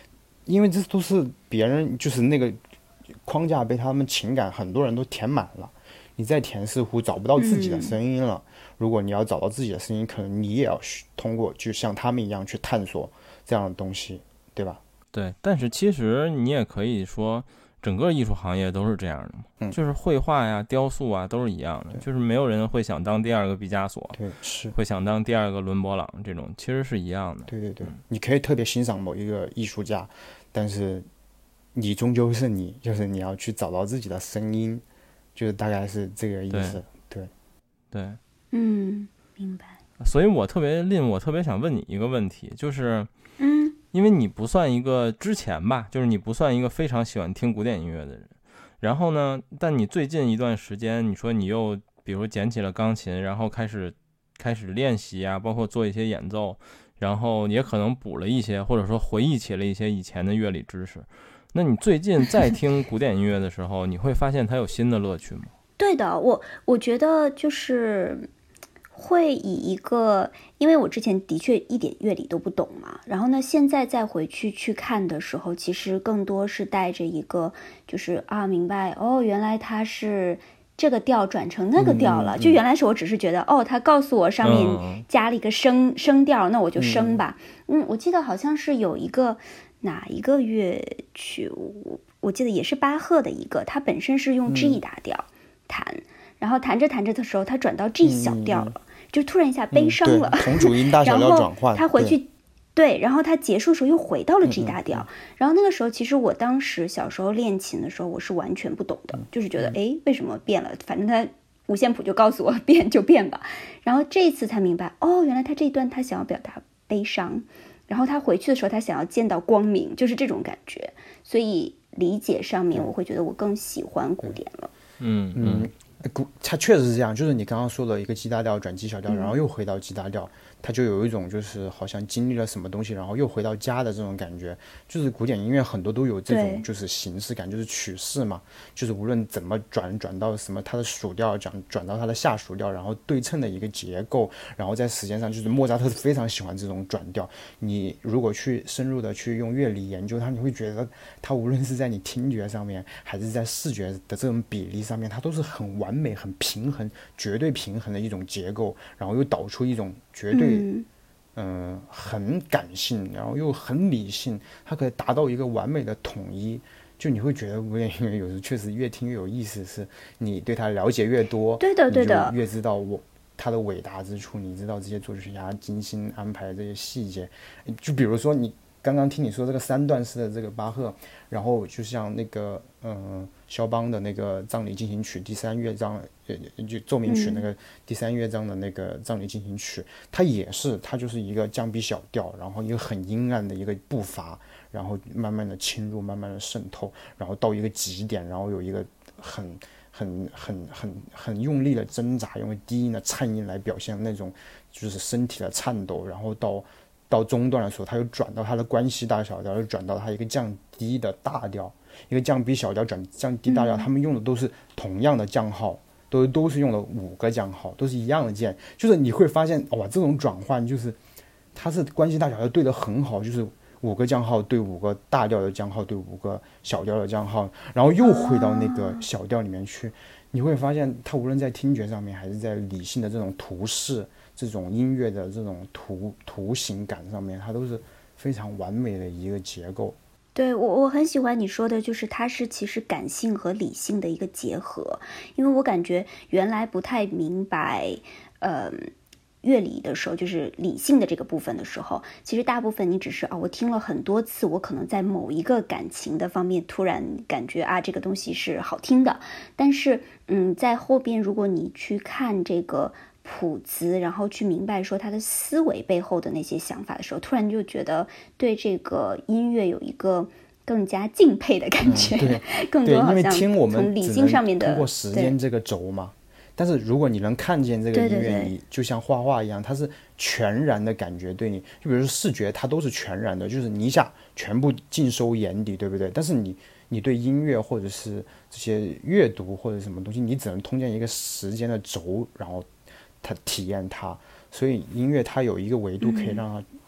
因为这都是别人就是那个框架被他们情感很多人都填满了，你再填似乎找不到自己的声音了、嗯、如果你要找到自己的声音，可能你也要通过就像他们一样去探索这样的东西，对吧？ 对，但是其实你也可以说整个艺术行业都是这样的嘛、嗯、就是绘画呀雕塑啊都是一样的，就是没有人会想当第二个毕加索， 对，是会想当第二个伦勃朗，这种其实是一样的。 对对对、嗯、你可以特别欣赏某一个艺术家，但是你终究是你，就是你要去找到自己的声音，就是大概是这个意思。对对, 对嗯，明白。 所以我特别令我特别想问你一个问题，就是嗯， 因为你不算一个之前吧，就是你不算一个非常喜欢听古典音乐的人，然后呢但你最近一段时间你说你又比如捡起了钢琴，然后开始开始练习啊，包括做一些演奏，然后也可能补了一些或者说回忆起了一些以前的乐理知识，那你最近在听古典音乐的时候你会发现它有新的乐趣吗？ 对的，我我觉得就是会以一个，因为我之前的确一点乐理都不懂嘛，然后呢现在再回去去看的时候，其实更多是带着一个就是啊明白哦，原来它是这个调转成那个调了、嗯、就原来是我只是觉得、嗯、哦他告诉我上面加了一个升、嗯、升调，那我就升吧。 嗯, 嗯我记得好像是有一个哪一个乐曲，我我记得也是巴赫的一个，它本身是用 G 大调弹、嗯、然后弹着弹着的时候它转到 G 小调了、嗯、就突然一下悲伤了、 嗯、同主音大小调转换， 他回去 对, 对然后他结束的时候又回到了 G 大调、嗯嗯、然后那个时候其实我当时小时候练琴的时候我是完全不懂的、嗯、就是觉得哎为什么变了，反正他五线谱就告诉我变就变吧，然后这一次才明白哦原来他这一段他想要表达悲伤，然后他回去的时候他想要见到光明，就是这种感觉，所以理解上面我会觉得我更喜欢古典了。 嗯嗯， 古它确实是这样，就是你刚刚说了一个 G 大调转 G 小调、嗯、然后又回到 G 大调，它就有一种就是好像经历了什么东西然后又回到家的这种感觉，就是古典音乐很多都有这种就是形式感，就是曲式嘛，就是无论怎么转转到什么它的属调转转到它的下属调，然后对称的一个结构，然后在时间上就是莫扎特是非常喜欢这种转调，你如果去深入的去用乐理研究它，你会觉得它无论是在你听觉上面还是在视觉的这种比例上面，它都是很完美很平衡绝对平衡的一种结构，然后又导出一种绝对嗯、呃、很感性然后又很理性，它可以达到一个完美的统一，就你会觉得古典音乐有时确实越听越有意思，是你对它了解越多， 对的对的， 你就越知道我它的伟大之处，你知道这些作曲家精心安排的这些细节，就比如说你刚刚听你说这个三段式的这个巴赫，然后就像那个嗯肖邦的那个葬礼进行曲第三乐章，就奏鸣曲那个第三乐章的那个葬礼进行曲、嗯、它也是它就是一个降 B 小调，然后一个很阴暗的一个步伐，然后慢慢的侵入慢慢的渗透，然后到一个极点，然后有一个很很很很很用力的挣扎，用低音的颤音来表现那种就是身体的颤抖，然后到到中段的时候它又转到它的关系大小调，又转到它一个降低的大调，一个降 B 小调转降低大调、嗯、他们用的都是同样的降号，都都是用了五个降号，都是一样的键，就是你会发现哇，这种转换就是它是关系大小调对得很好，就是五个降号对五个大调的降号对五个小调的降号，然后又回到那个小调里面去、啊、你会发现它无论在听觉上面还是在理性的这种图式这种音乐的这种图图形感上面，它都是非常完美的一个结构。 对，我我很喜欢你说的，就是它是其实感性和理性的一个结合，因为我感觉原来不太明白呃乐理的时候，就是理性的这个部分的时候，其实大部分你只是啊，我听了很多次，我可能在某一个感情的方面突然感觉啊这个东西是好听的，但是嗯在后边如果你去看这个谱子，然后去明白说他的思维背后的那些想法的时候，突然就觉得对这个音乐有一个更加敬佩的感觉、嗯、 对更多好像听我们从理性上面的通过时间这个轴嘛，但是如果你能看见这个音乐， 对对对， 你就像画画一样，它是全然的感觉对你，就比如说视觉它都是全然的，就是你一下全部尽收眼底，对不对？但是你你对音乐或者是这些阅读或者什么东西，你只能通过一个时间的轴，然后它体验它，所以音乐它有一个维度可以让它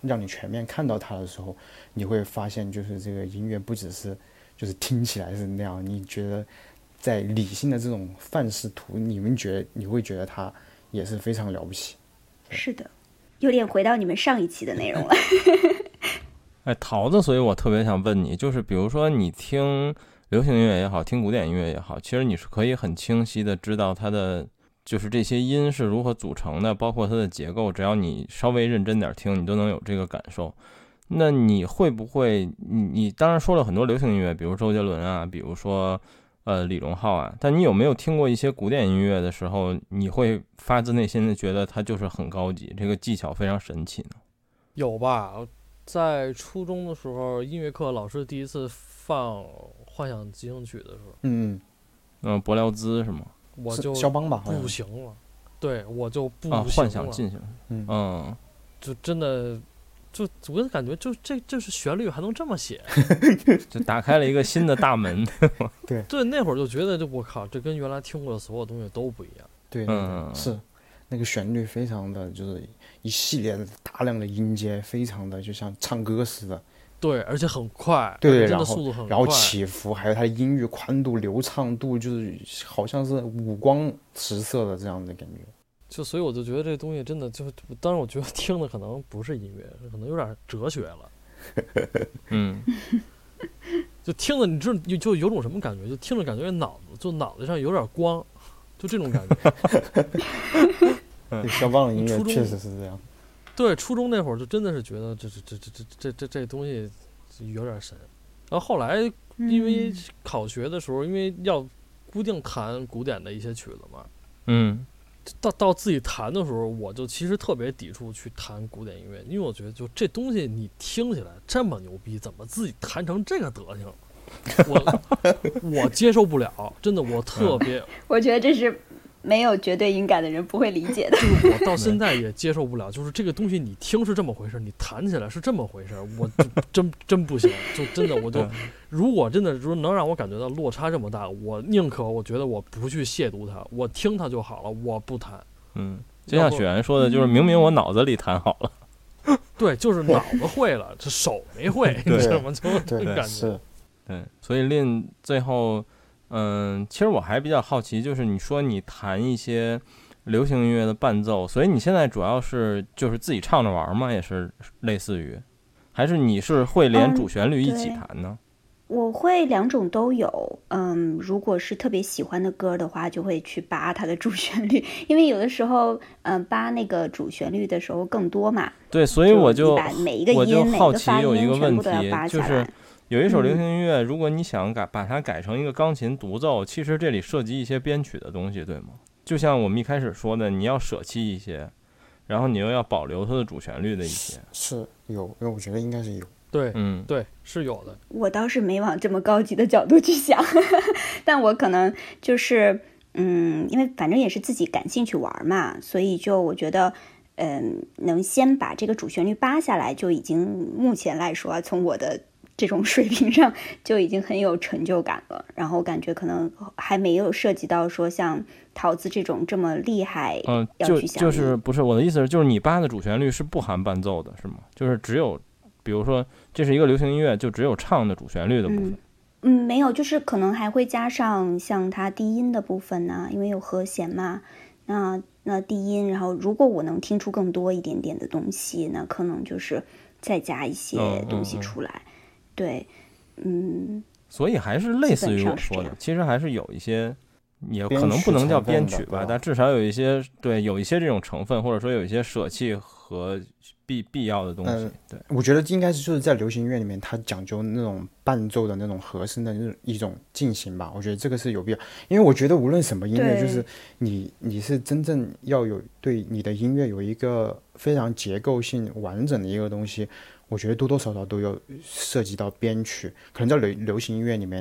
让你全面看到它的时候，你会发现就是这个音乐不只是就是听起来是那样，你觉得在理性的这种范式图，你们觉得你会觉得它也是非常了不起。 是的，有点回到你们上一期的内容了。 哎，桃子，所以我特别想问你，就是比如说你听流行音乐也好，听古典音乐也好，其实你是可以很清晰的知道它的就是这些音是如何组成的，包括它的结构，只要你稍微认真点听，你都能有这个感受。那你会不会，你你当然说了很多流行音乐，比如周杰伦啊，比如说呃李荣浩啊，但你有没有听过一些古典音乐的时候，你会发自内心的觉得它就是很高级，这个技巧非常神奇呢？ 有吧？在初中的时候，音乐课老师第一次放《幻想进行曲》的时候， 嗯嗯，柏辽兹是吗？ 我就肖邦吧， 不行了，对我就不行了。 啊，幻想进行， 嗯嗯， 就真的，就我感觉就这这是旋律还能这么写， 就打开了一个新的大门。 对对，那会儿就觉得，就我靠，这跟原来听过的所有东西都不一样。 对对对， 嗯， 是那个旋律非常的就是一系列的大量的音阶，非常的就像唱歌似的。 对，而且很快， 对对， 真然后的速度很快， 然后起伏，还有它的音域宽度、流畅度，就是好像是五光十色的这样的感觉。 就所以我就觉得这东西真的就，当然我觉得听的可能不是音乐，可能有点哲学了。 嗯， 就听的你知道就有种什么感觉，就听着感觉脑子就脑袋上有点光，就这种感觉。 对，肖邦的音乐初中确实是这样。 对，初中那会儿就真的是觉得这这这这这这这这东西有点神。然后后来因为考学的时候，因为要固定弹古典的一些曲子嘛， 嗯， 到到自己弹的时候，我就其实特别抵触去弹古典音乐，因为我觉得就这东西你听起来这么牛逼，怎么自己弹成这个德行？我我接受不了，真的，我特别， 我觉得这是没有绝对音感的人不会理解的。 就是我到现在也接受不了，就是这个东西你听是这么回事，你弹起来是这么回事，我就真真不行，就真的我就，如果真的如果能让我感觉到落差这么大，我宁可我觉得我不去亵渎它，我听它就好了，我不弹。 嗯，就像雪原说的，就是明明我脑子里弹好了， 对，就是脑子会了，这手没会，你知道吗？就对感觉是， 对，所以令最后。嗯，其实我还比较好奇，就是你说你弹一些流行音乐的伴奏，所以你现在主要是就是自己唱着玩吗？也是类似于，还是你是会连主旋律一起弹呢？ 嗯、我会两种都有。嗯，如果是特别喜欢的歌的话，就会去扒它的主旋律，因为有的时候，嗯，扒那个主旋律的时候更多嘛。 对，所以我就把每一个音、 我就好奇每有一个问题，就是。有一首流行音乐，如果你想改把它改成一个钢琴独奏，其实这里涉及一些编曲的东西，对吗？就像我们一开始说的，你要舍弃一些，然后你又要保留它的主旋律的一些， 是有，因为我觉得应该是有。 对， 嗯， 对，是有的。 我倒是没往这么高级的角度去想，但我可能就是，嗯，因为反正也是自己感兴趣玩嘛，所以就我觉得。嗯，能先把这个主旋律扒下来，就已经目前来说啊，从我的这种水平上就已经很有成就感了。然后感觉可能还没有涉及到说像桃子这种这么厉害， 嗯，就就是不是我的意思是，就是你扒的主旋律是不含伴奏的，是吗？就是只有，比如说这是一个流行音乐，就只有唱的主旋律的部分。 嗯嗯，没有，就是可能还会加上像它低音的部分呢、啊，因为有和弦嘛。那那低音，然后如果我能听出更多一点点的东西，那可能就是再加一些东西出来。嗯嗯嗯对，嗯。 所以还是类似于我说的，其实还是有一些，也可能不能叫编曲吧，但至少有一些对，有一些这种成分，或者说有一些舍弃和必必要的东西。 嗯、 对， 我觉得应该是就是在流行音乐里面，它讲究那种伴奏的那种和声的一种进行吧。我觉得这个是有必要，因为我觉得无论什么音乐，就是你你是真正要有对你的音乐有一个非常结构性完整的一个东西。我觉得多多少少都有涉及到编曲，可能在流流行音乐里面，就是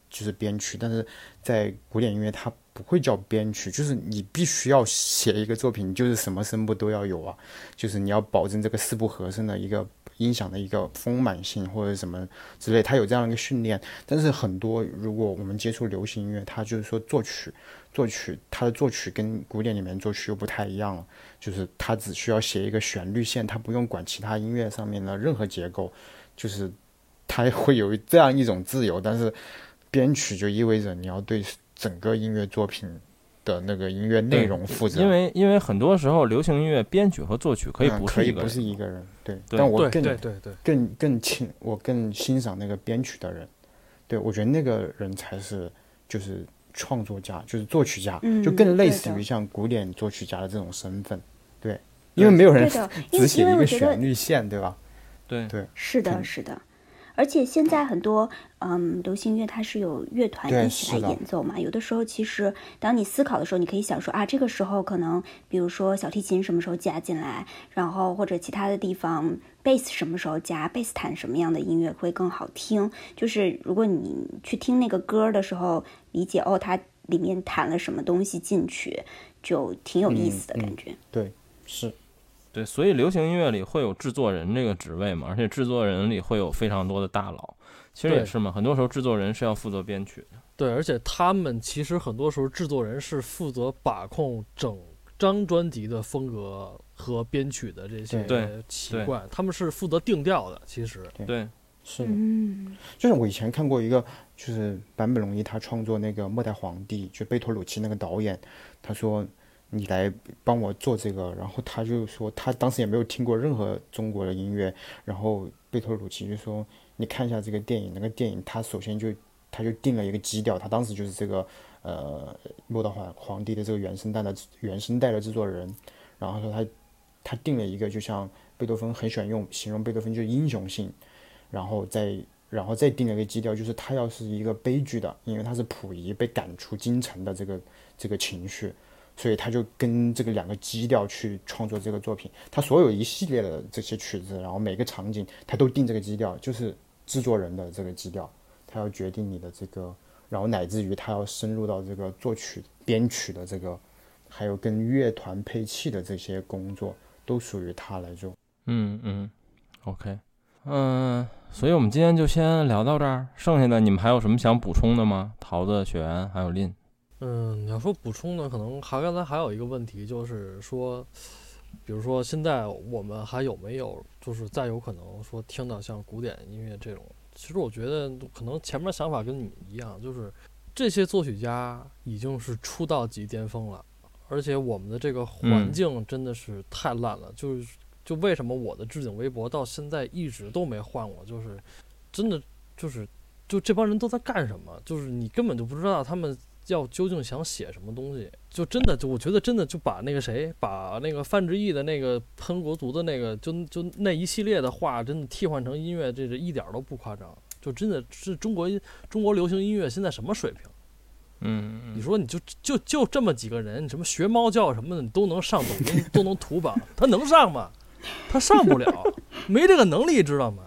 就是编曲，但是在古典音乐它不会叫编曲，就是你必须要写一个作品，就是什么声部都要有啊，就是你要保证这个四部和声的一个音响的一个丰满性或者什么之类，它有这样一个训练。但是很多如果我们接触流行音乐，它就是说作曲作曲它的作曲跟古典里面作曲又不太一样了，就是它只需要写一个旋律线，它不用管其他音乐上面的任何结构，就是它会有这样一种自由。但是编曲就意味着你要对整个音乐作品的那个音乐内容负责， 因为因为很多时候流行音乐编曲和作曲可以不是一个人、 嗯、不是一个人，对， 对但我更对对对更更亲，我更欣赏那个编曲的人，对，我觉得那个人才是就是创作家，就是作曲家， 嗯、 就更类似于像古典作曲家的这种身份，对，因为没有人只写一个旋律线，对吧？ 对对， 是的，是的。而且现在很多嗯流行乐它是有乐团一起来演奏嘛，有的时候其实当你思考的时候，你可以想说啊，这个时候可能比如说小提琴什么时候加进来，然后或者其他的地方贝斯什么时候加，贝斯弹什么样的音乐会更好听，就是如果你去听那个歌的时候理解哦，它里面弹了什么东西进去，就挺有意思的感觉。 嗯嗯、对，是。 对，所以流行音乐里会有制作人这个职位嘛，而且制作人里会有非常多的大佬，其实也是嘛，很多时候制作人是要负责编曲的。 对，而且他们其实很多时候制作人是负责把控整张专辑的风格和编曲的这些习惯，他们是负责定调的。其实对， 是的，嗯，就是我以前看过一个，就是坂本龙一他创作那个《末代皇帝》，就贝托鲁奇那个导演，他说。你来帮我做这个，然后他就说他当时也没有听过任何中国的音乐，然后贝托鲁奇就说你看一下这个电影，那个电影他首先就他就定了一个基调，他当时就是这个呃末代皇帝的这个原声带的原声带的制作人，然后说他他定了一个就像贝多芬很喜欢用形容贝多芬就是英雄性，然后再然后再定了一个基调，就是他要是一个悲剧的，因为他是溥仪被赶出京城的这个这个情绪。所以他就跟这个两个基调去创作这个作品，他所有一系列的这些曲子，然后每个场景他都定这个基调，就是制作人的这个基调，他要决定你的这个，然后乃至于他要深入到这个作曲编曲的这个，还有跟乐团配器的这些工作，都属于他来做。 嗯嗯 ，OK， 嗯，所以我们今天就先聊到这儿，剩下的你们还有什么想补充的吗？桃子、雪原还有Lin。 嗯，你要说补充呢，可能还刚才还有一个问题，就是说，比如说现在我们还有没有，就是再有可能说听到像古典音乐这种，其实我觉得可能前面想法跟你们一样，就是这些作曲家已经是出道即巅峰了，而且我们的这个环境真的是太烂了，嗯、就是就为什么我的置顶微博到现在一直都没换过，就是真的就是就这帮人都在干什么，就是你根本就不知道他们。要究竟想写什么东西，就真的就我觉得真的就把那个谁把那个范志毅的那个喷国足的那个就就那一系列的话真的替换成音乐，这是一点都不夸张，就真的是中国中国流行音乐现在什么水平？ 嗯， 你说你就就就这么几个人，什么学猫叫什么的，你都能上抖音，都能图榜，他能上吗？他上不了，没这个能力，知道吗？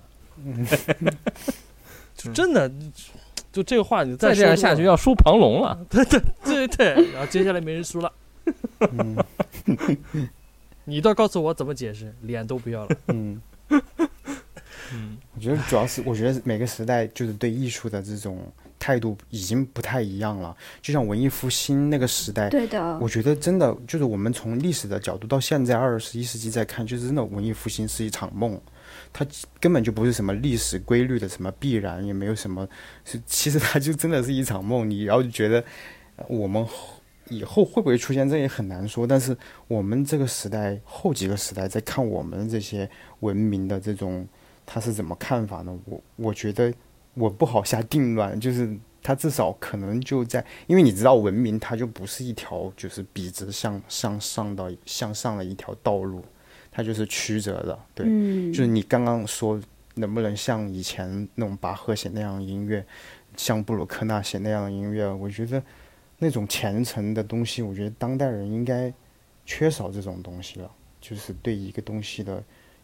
就真的。就这个话，你再这样下去要输庞龙了。 对对对对，然后接下来没人输了。嗯、你倒告诉我怎么解释，脸都不要了。 嗯嗯，我觉得主要是，我觉得每个时代就是对艺术的这种态度已经不太一样了。就像文艺复兴那个时代， 对的， 我觉得真的就是我们从历史的角度到现在二十一世纪再看，就是真的文艺复兴是一场梦。它根本就不是什么历史规律的什么必然，也没有什么，是其实它就真的是一场梦。你然后就觉得我们以后会不会出现，这也很难说。但是我们这个时代后几个时代在看我们这些文明的这种，他是怎么看法呢？我我觉得我不好下定论，就是他至少可能就在，因为你知道文明它就不是一条就是笔直向向上到向上的一条道路。它就是曲折的，对、嗯，就是你刚刚说能不能像以前那种巴赫写那样的音乐，像布鲁克纳写那样的音乐，我觉得那种虔诚的东西，我觉得当代人应该缺少这种东西了，就是对一个东西的一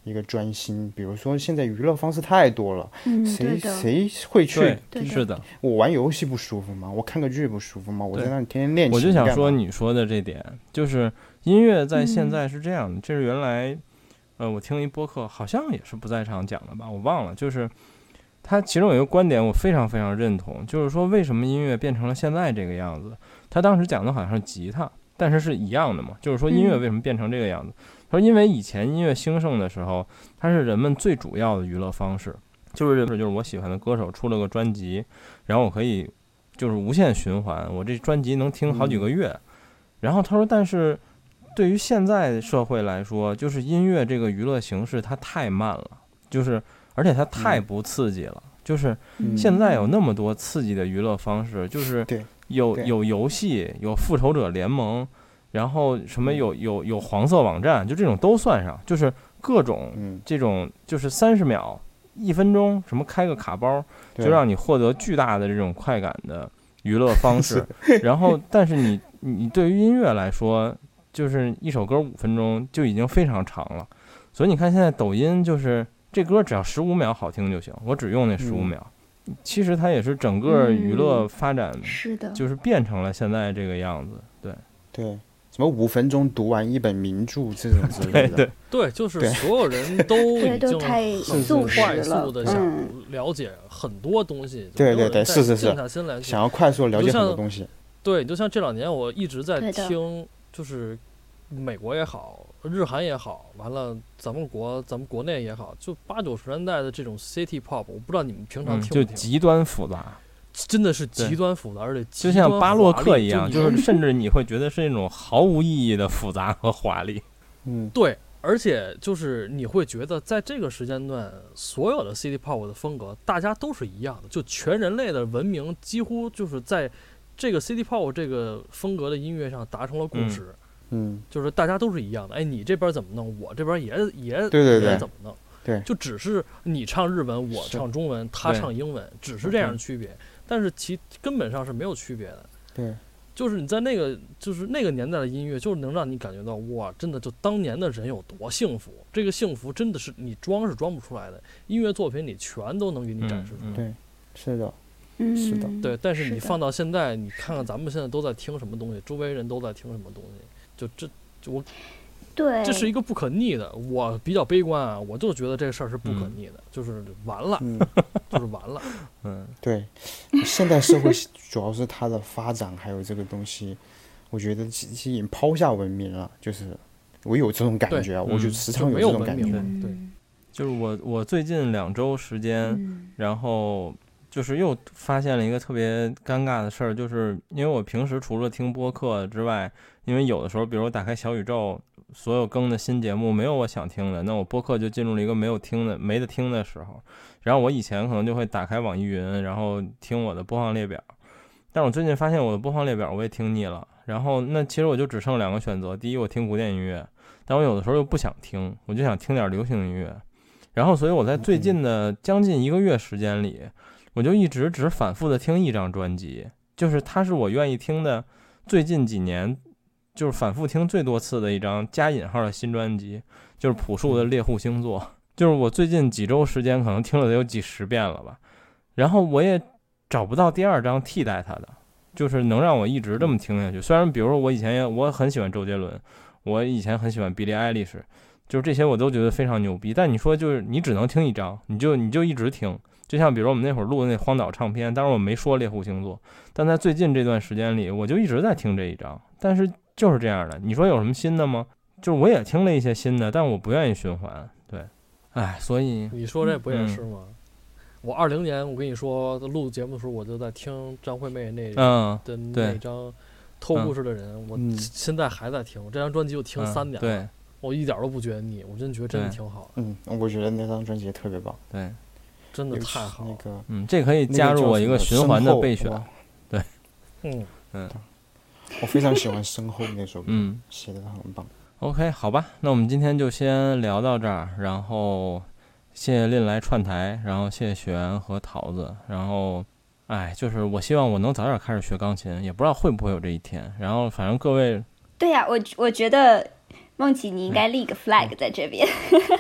一个专心。比如说现在娱乐方式太多了， 嗯， 谁对的谁会去？ 对是的， 我玩游戏不舒服吗？我看个剧不舒服吗？我在那里天天练琴。 我就想说你说的这点，就是音乐在现在是这样的，嗯、这是原来，呃，我听一播客，好像也是不在场讲的吧，我忘了，就是他其中有一个观点我非常非常认同，就是说为什么音乐变成了现在这个样子？他当时讲的好像是吉他，但是是一样的嘛，就是说音乐为什么变成这个样子？他说因为以前音乐兴盛的时候，它是人们最主要的娱乐方式，就是就是我喜欢的歌手出了个专辑，然后我可以就是无限循环，我这专辑能听好几个月。嗯、然后他说，但是对于现在社会来说，就是音乐这个娱乐形式它太慢了，就是而且它太不刺激了。嗯、就是现在有那么多刺激的娱乐方式，就是有有游戏，有复仇者联盟，然后什么有有有黄色网站，就这种都算上，就是各种这种就是三十秒、一分钟，什么开个卡包，就让你获得巨大的这种快感的娱乐方式。然后，但是你你对于音乐来说，就是一首歌五分钟就已经非常长了，所以你看现在抖音就是这歌只要十五秒好听就行，我只用那十五秒。嗯其实它也是整个娱乐发展， 是的， 就是变成了现在这个样子。对对，什么五分钟读完一本名著这种之类的。 对对对，就是所有人都已经很快速的想了解很多东西。 对对对，是是是， 静下心来想要快速了解很多东西。 对，就像这两年我一直在听，就是美国也好，日韩也好，完了咱们国咱们国内也好，就八九十年代的这种 City Pop， 我不知道你们平常听不听， 嗯、就极端复杂， 真的是极端复杂，而且就像巴洛克一样，就是甚至你会觉得是那种毫无意义的复杂和华丽。 嗯， 对，而且就是你会觉得在这个时间段，所有的 City Pop 的风格大家都是一样的，就全人类的文明几乎就是在这个 City Pop 这个风格的音乐上达成了共识。 嗯嗯， 就是大家都是一样的，哎，你这边怎么弄，我这边也也对对对也怎么弄， 对， 就只是你唱日文，我唱中文，他唱英文，只是这样的区别，但是其根本上是没有区别的。 对， 就是你在那个就是那个年代的音乐，就是能让你感觉到哇，真的就当年的人有多幸福，这个幸福真的是你装是装不出来的，音乐作品里全都能给你展示出来。 嗯嗯、对，是的。 嗯， 是的， 对，但是你放到现在，你看看咱们现在都在听什么东西，周围人都在听什么东西。就这，就我， 对， 这是一个不可逆的。我比较悲观啊，我就觉得这个事儿是不可逆的，嗯、就是完了， 嗯、 就是完了。 嗯，对，现代社会主要是它的发展，还有这个东西，我觉得其实已经抛下文明了。就是我有这种感觉啊，我就时常有这种感觉。 嗯、对， 就是我我最近两周时间， 嗯、 然后。就是又发现了一个特别尴尬的事儿，就是因为我平时除了听播客之外，因为有的时候，比如我打开小宇宙，所有更的新节目没有我想听的，那我播客就进入了一个没有听的、没得听的时候。然后我以前可能就会打开网易云，然后听我的播放列表，但我最近发现我的播放列表我也听腻了。然后那其实我就只剩两个选择，第一我听古典音乐，但我有的时候又不想听，我就想听点流行音乐。然后所以我在最近的将近一个月时间里。我就一直只反复的听一张专辑，就是它是我愿意听的最近几年就是反复听最多次的一张加引号的新专辑，就是朴树的猎户星座，就是我最近几周时间可能听了得有几十遍了吧，然后我也找不到第二张替代它的，就是能让我一直这么听下去。虽然比如说我以前也我很喜欢周杰伦，我以前很喜欢比利艾利什，就是这些我都觉得非常牛逼，但你说就是你只能听一张，你就你就一直听。就像比如我们那会儿录的那荒岛唱片，当然我没说猎户星座，但在最近这段时间里，我就一直在听这一张。但是就是这样的，你说有什么新的吗？就是我也听了一些新的，但我不愿意循环。对，哎，所以你说这不也是吗？嗯、我二零年我跟你说录节目的时候，我就在听张惠妹那嗯的那张偷故事的人，嗯、我现在还在听、嗯、这张专辑，我听三年了、 嗯，对， 我一点都不觉得腻，我真觉得真的挺好的。 嗯，我觉得那张专辑特别棒。 对。 真的太好了， 那个嗯，这可以加入我一个循环的备选，对， 嗯嗯， 我非常喜欢身后那首歌， 嗯， 写的很棒。 OK， 好吧，那我们今天就先聊到这儿，然后谢谢令来串台，然后谢谢雪原和桃子，然后，哎，就是我希望我能早点开始学钢琴，也不知道会不会有这一天，然后反正各位， 对呀、啊，我我觉得梦琪你应该立个 flag 在这边。嗯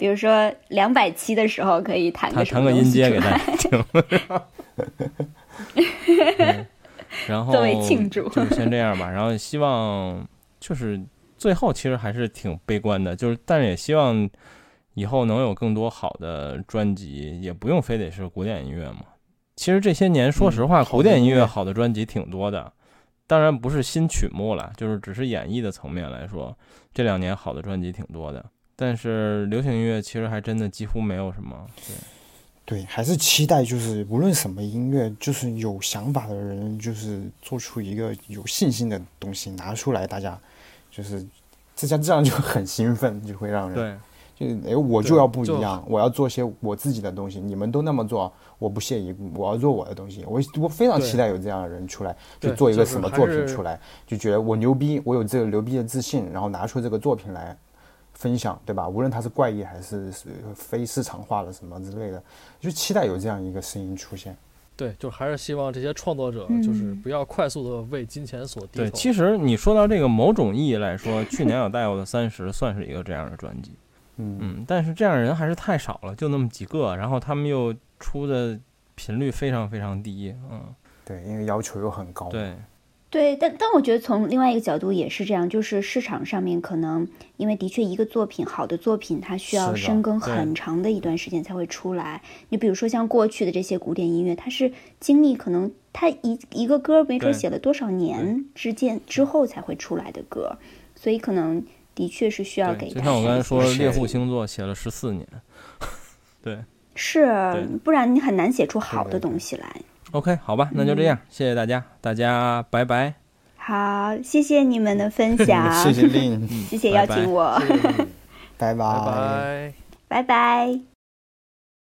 比如说两百期的时候可以弹个什么弹个音阶给大大家听。嗯然后作为庆祝就是先这样吧。然后希望就是最后其实还是挺悲观的，就是但是也希望以后能有更多好的专辑，也不用非得是古典音乐嘛。其实这些年说实话、 嗯、 古典音乐好的专辑挺多的，当然不是新曲目了，就是只是演绎的层面来说，这两年好的专辑挺多的。但是流行音乐其实还真的几乎没有什么。对对，还是期待就是无论什么音乐，就是有想法的人，就是做出一个有信心的东西拿出来，大家就是这样这样就很兴奋，就会让人对， 就哎我就要不一样，我要做些我自己的东西，你们都那么做，我不屑一顾，我要做我的东西。我我非常期待有这样的人出来，就做一个什么作品出来，就觉得我牛逼，我有这个牛逼的自信，然后拿出这个作品来分享，对吧？无论它是怪异还是非市场化的什么之类的，就期待有这样一个声音出现。 对，就还是希望这些创作者就是不要快速的为金钱所低头。 对，其实你说到这个某种意义来说，去年有带有的三十算是一个这样的专辑， 嗯嗯，但是这样的人还是太少了，就那么几个，然后他们又出的频率非常非常低，嗯， 对，因为要求又很高。 对。 对，但但我觉得从另外一个角度也是这样，就是市场上面可能因为的确一个作品好的作品，它需要深耕很长的一段时间才会出来。你比如说像过去的这些古典音乐，它是经历可能它一一个歌没准写了多少年之间之后才会出来的歌，所以可能的确是需要给大家。 就像我刚才说，猎户星座写了十四年，对， 是，不然你很难写出好的东西来。 对对对OK， 好吧，那就这样，嗯、谢谢大家，大家拜拜。 好，谢谢你们的分享， 谢谢令， 谢谢邀请我， 拜拜， 拜拜， 拜拜。